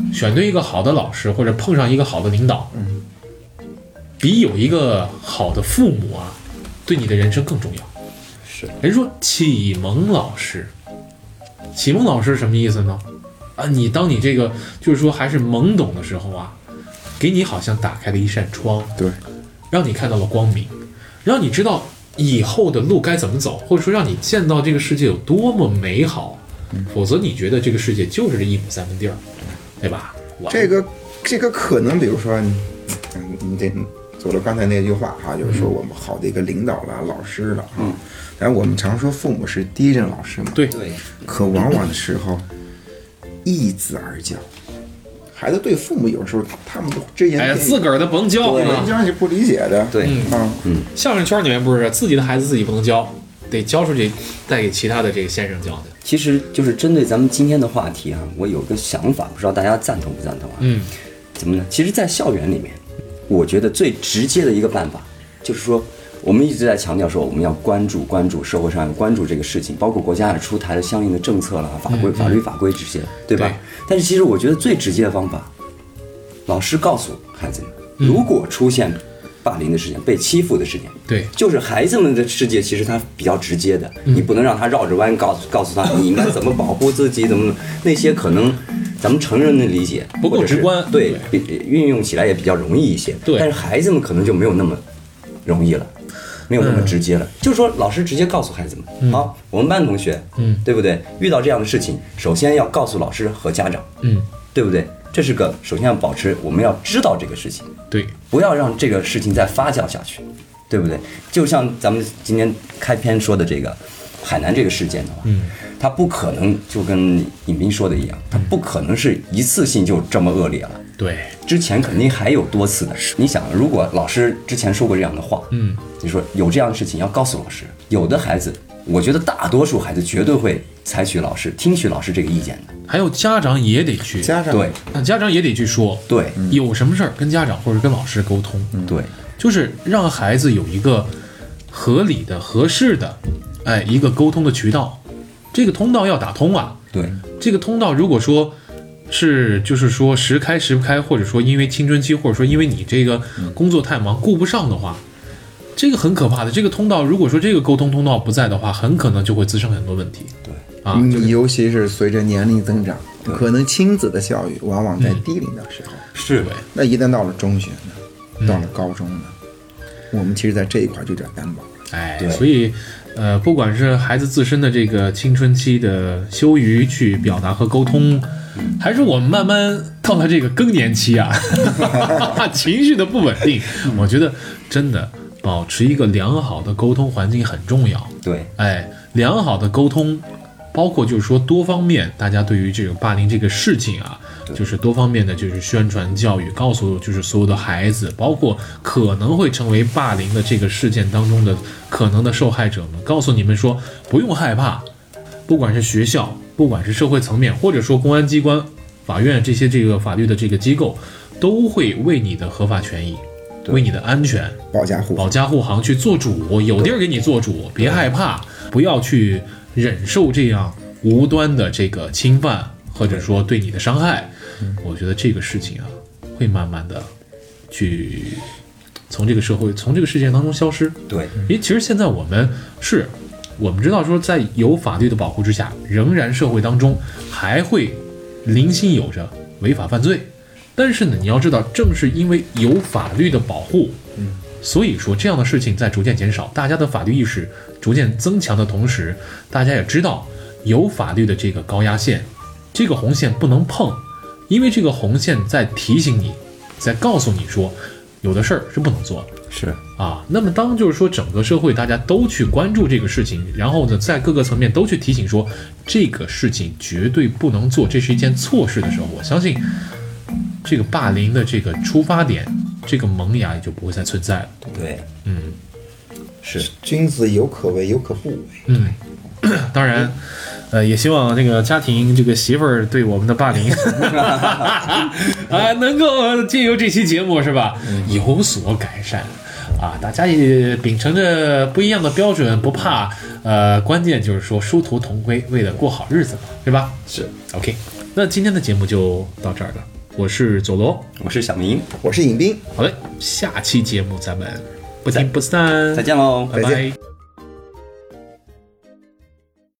[SPEAKER 1] 选对一个好的老师或者碰上一个好的领导，比有一个好的父母啊，对你的人生更重要。
[SPEAKER 2] 是，
[SPEAKER 1] 人说启蒙老师，启蒙老师什么意思呢？啊，当你这个就是说还是懵懂的时候啊，给你好像打开了一扇窗，
[SPEAKER 3] 对，
[SPEAKER 1] 让你看到了光明，让你知道以后的路该怎么走，或者说让你见到这个世界有多么美好。否则你觉得这个世界就是这一亩三分地儿，对吧？
[SPEAKER 3] 这个可能，比如说你这走了刚才那句话哈，就是说我们好的一个领导了、老师了啊。但我们常说父母是第一任老师嘛，
[SPEAKER 1] 对。
[SPEAKER 3] 可往往的时候，易子而教，孩子对父母有时候他们都只言片语，
[SPEAKER 1] 自个儿的甭教，
[SPEAKER 3] 这样是不理解的。
[SPEAKER 2] 对，
[SPEAKER 1] 相声圈里面不是自己的孩子自己不能教，得教出去带给其他的这个先生教的。
[SPEAKER 2] 其实就是针对咱们今天的话题啊，我有个想法，不知道大家赞同不赞同啊？怎么呢？其实，在校园里面，我觉得最直接的一个办法，就是说，我们一直在强调说，我们要关注社会上要关注这个事情，包括国家也出台了相应的政策啦、法律法规这些，对吧？但是其实我觉得最直接的方法，老师告诉孩子们，如果出现霸凌的事件、被欺负的事件，
[SPEAKER 1] 对，
[SPEAKER 2] 就是孩子们的世界，其实它比较直接的，你不能让他绕着弯告诉他你应该怎么保护自己，怎么那些可能咱们成人的理解
[SPEAKER 1] 不够直观，
[SPEAKER 2] 对，运用起来也比较容易一些，
[SPEAKER 1] 对，
[SPEAKER 2] 但是孩子们可能就没有那么容易了，没有那么直接了。就是说，老师直接告诉孩子们，好，我们班同学，对不对？遇到这样的事情，首先要告诉老师和家长，对不对？这是个首先要保持，我们要知道这个事情，
[SPEAKER 1] 对，
[SPEAKER 2] 不要让这个事情再发酵下去，对不对？就像咱们今天开篇说的这个海南这个事件的话，它不可能就跟尹斌说的一样，它不可能是一次性就这么恶劣了，
[SPEAKER 1] 对，
[SPEAKER 2] 之前肯定还有多次的。你想，如果老师之前说过这样的话，你说有这样的事情要告诉老师，有的孩子，我觉得大多数孩子绝对会采取听取老师这个意见的。
[SPEAKER 1] 还有家长也得去，
[SPEAKER 2] 对，
[SPEAKER 1] 家长也得去说，
[SPEAKER 2] 对，
[SPEAKER 1] 有什么事儿跟家长或者跟老师沟通，
[SPEAKER 2] 对，
[SPEAKER 1] 就是让孩子有一个合理的、合适的，一个沟通的渠道。这个通道要打通啊，
[SPEAKER 2] 对，
[SPEAKER 1] 这个通道如果说是就是说时开时不开，或者说因为青春期，或者说因为你这个工作太忙顾不上的话，这个很可怕的。这个通道如果说这个沟通通道不在的话，很可能就会滋生很多问题。
[SPEAKER 2] 对。
[SPEAKER 3] 尤其是随着年龄增长，可能亲子的教育往往在低龄的时候，
[SPEAKER 1] 是对。
[SPEAKER 3] 那一旦到了中学呢，到了高中呢，我们其实在这一块就有点单薄。
[SPEAKER 1] 对，所以不管是孩子自身的这个青春期的羞于去表达和沟通，还是我们慢慢到了这个更年期啊，情绪的不稳定，我觉得真的保持一个良好的沟通环境很重要。
[SPEAKER 2] 对，
[SPEAKER 1] 良好的沟通。包括就是说多方面，大家对于这个霸凌这个事情啊，就是多方面的就是宣传教育，告诉就是所有的孩子，包括可能会成为霸凌的这个事件当中的可能的受害者们，告诉你们说不用害怕，不管是学校，不管是社会层面，或者说公安机关、法院这些这个法律的这个机构，都会为你的合法权益、为你的安全
[SPEAKER 3] 保驾护航
[SPEAKER 1] 去做主，有地儿给你做主，别害怕，不要去忍受这样无端的这个侵犯，或者说对你的伤害。我觉得这个事情啊，会慢慢的去从这个社会、从这个事件当中消失。
[SPEAKER 2] 对，
[SPEAKER 1] 因为其实现在我们知道说，在有法律的保护之下，仍然社会当中还会零星有着违法犯罪。但是呢，你要知道，正是因为有法律的保护，所以说这样的事情在逐渐减少，大家的法律意识逐渐增强的同时，大家也知道有法律的这个高压线，这个红线不能碰，因为这个红线在提醒你，在告诉你说有的事儿是不能做的。
[SPEAKER 2] 是
[SPEAKER 1] 啊，那么当就是说整个社会大家都去关注这个事情，然后呢在各个层面都去提醒说这个事情绝对不能做，这是一件错事的时候，我相信这个霸凌的这个出发点，这个萌芽也就不会再存在了。
[SPEAKER 2] 对，是
[SPEAKER 3] 君子有可为，有可不为。
[SPEAKER 1] 当然，也希望这个家庭这个媳妇儿对我们的霸凌能够借由这期节目是吧，有所改善啊！大家也秉承着不一样的标准，不怕关键就是说殊途同归，为了过好日子嘛，对吧？
[SPEAKER 2] 是
[SPEAKER 1] OK， 那今天的节目就到这儿了。 我是佐罗，
[SPEAKER 2] 我是小明，
[SPEAKER 3] 我是尹斌。
[SPEAKER 1] 好嘞，下期节目咱们不听不散，
[SPEAKER 2] 再见喽，
[SPEAKER 1] 拜拜。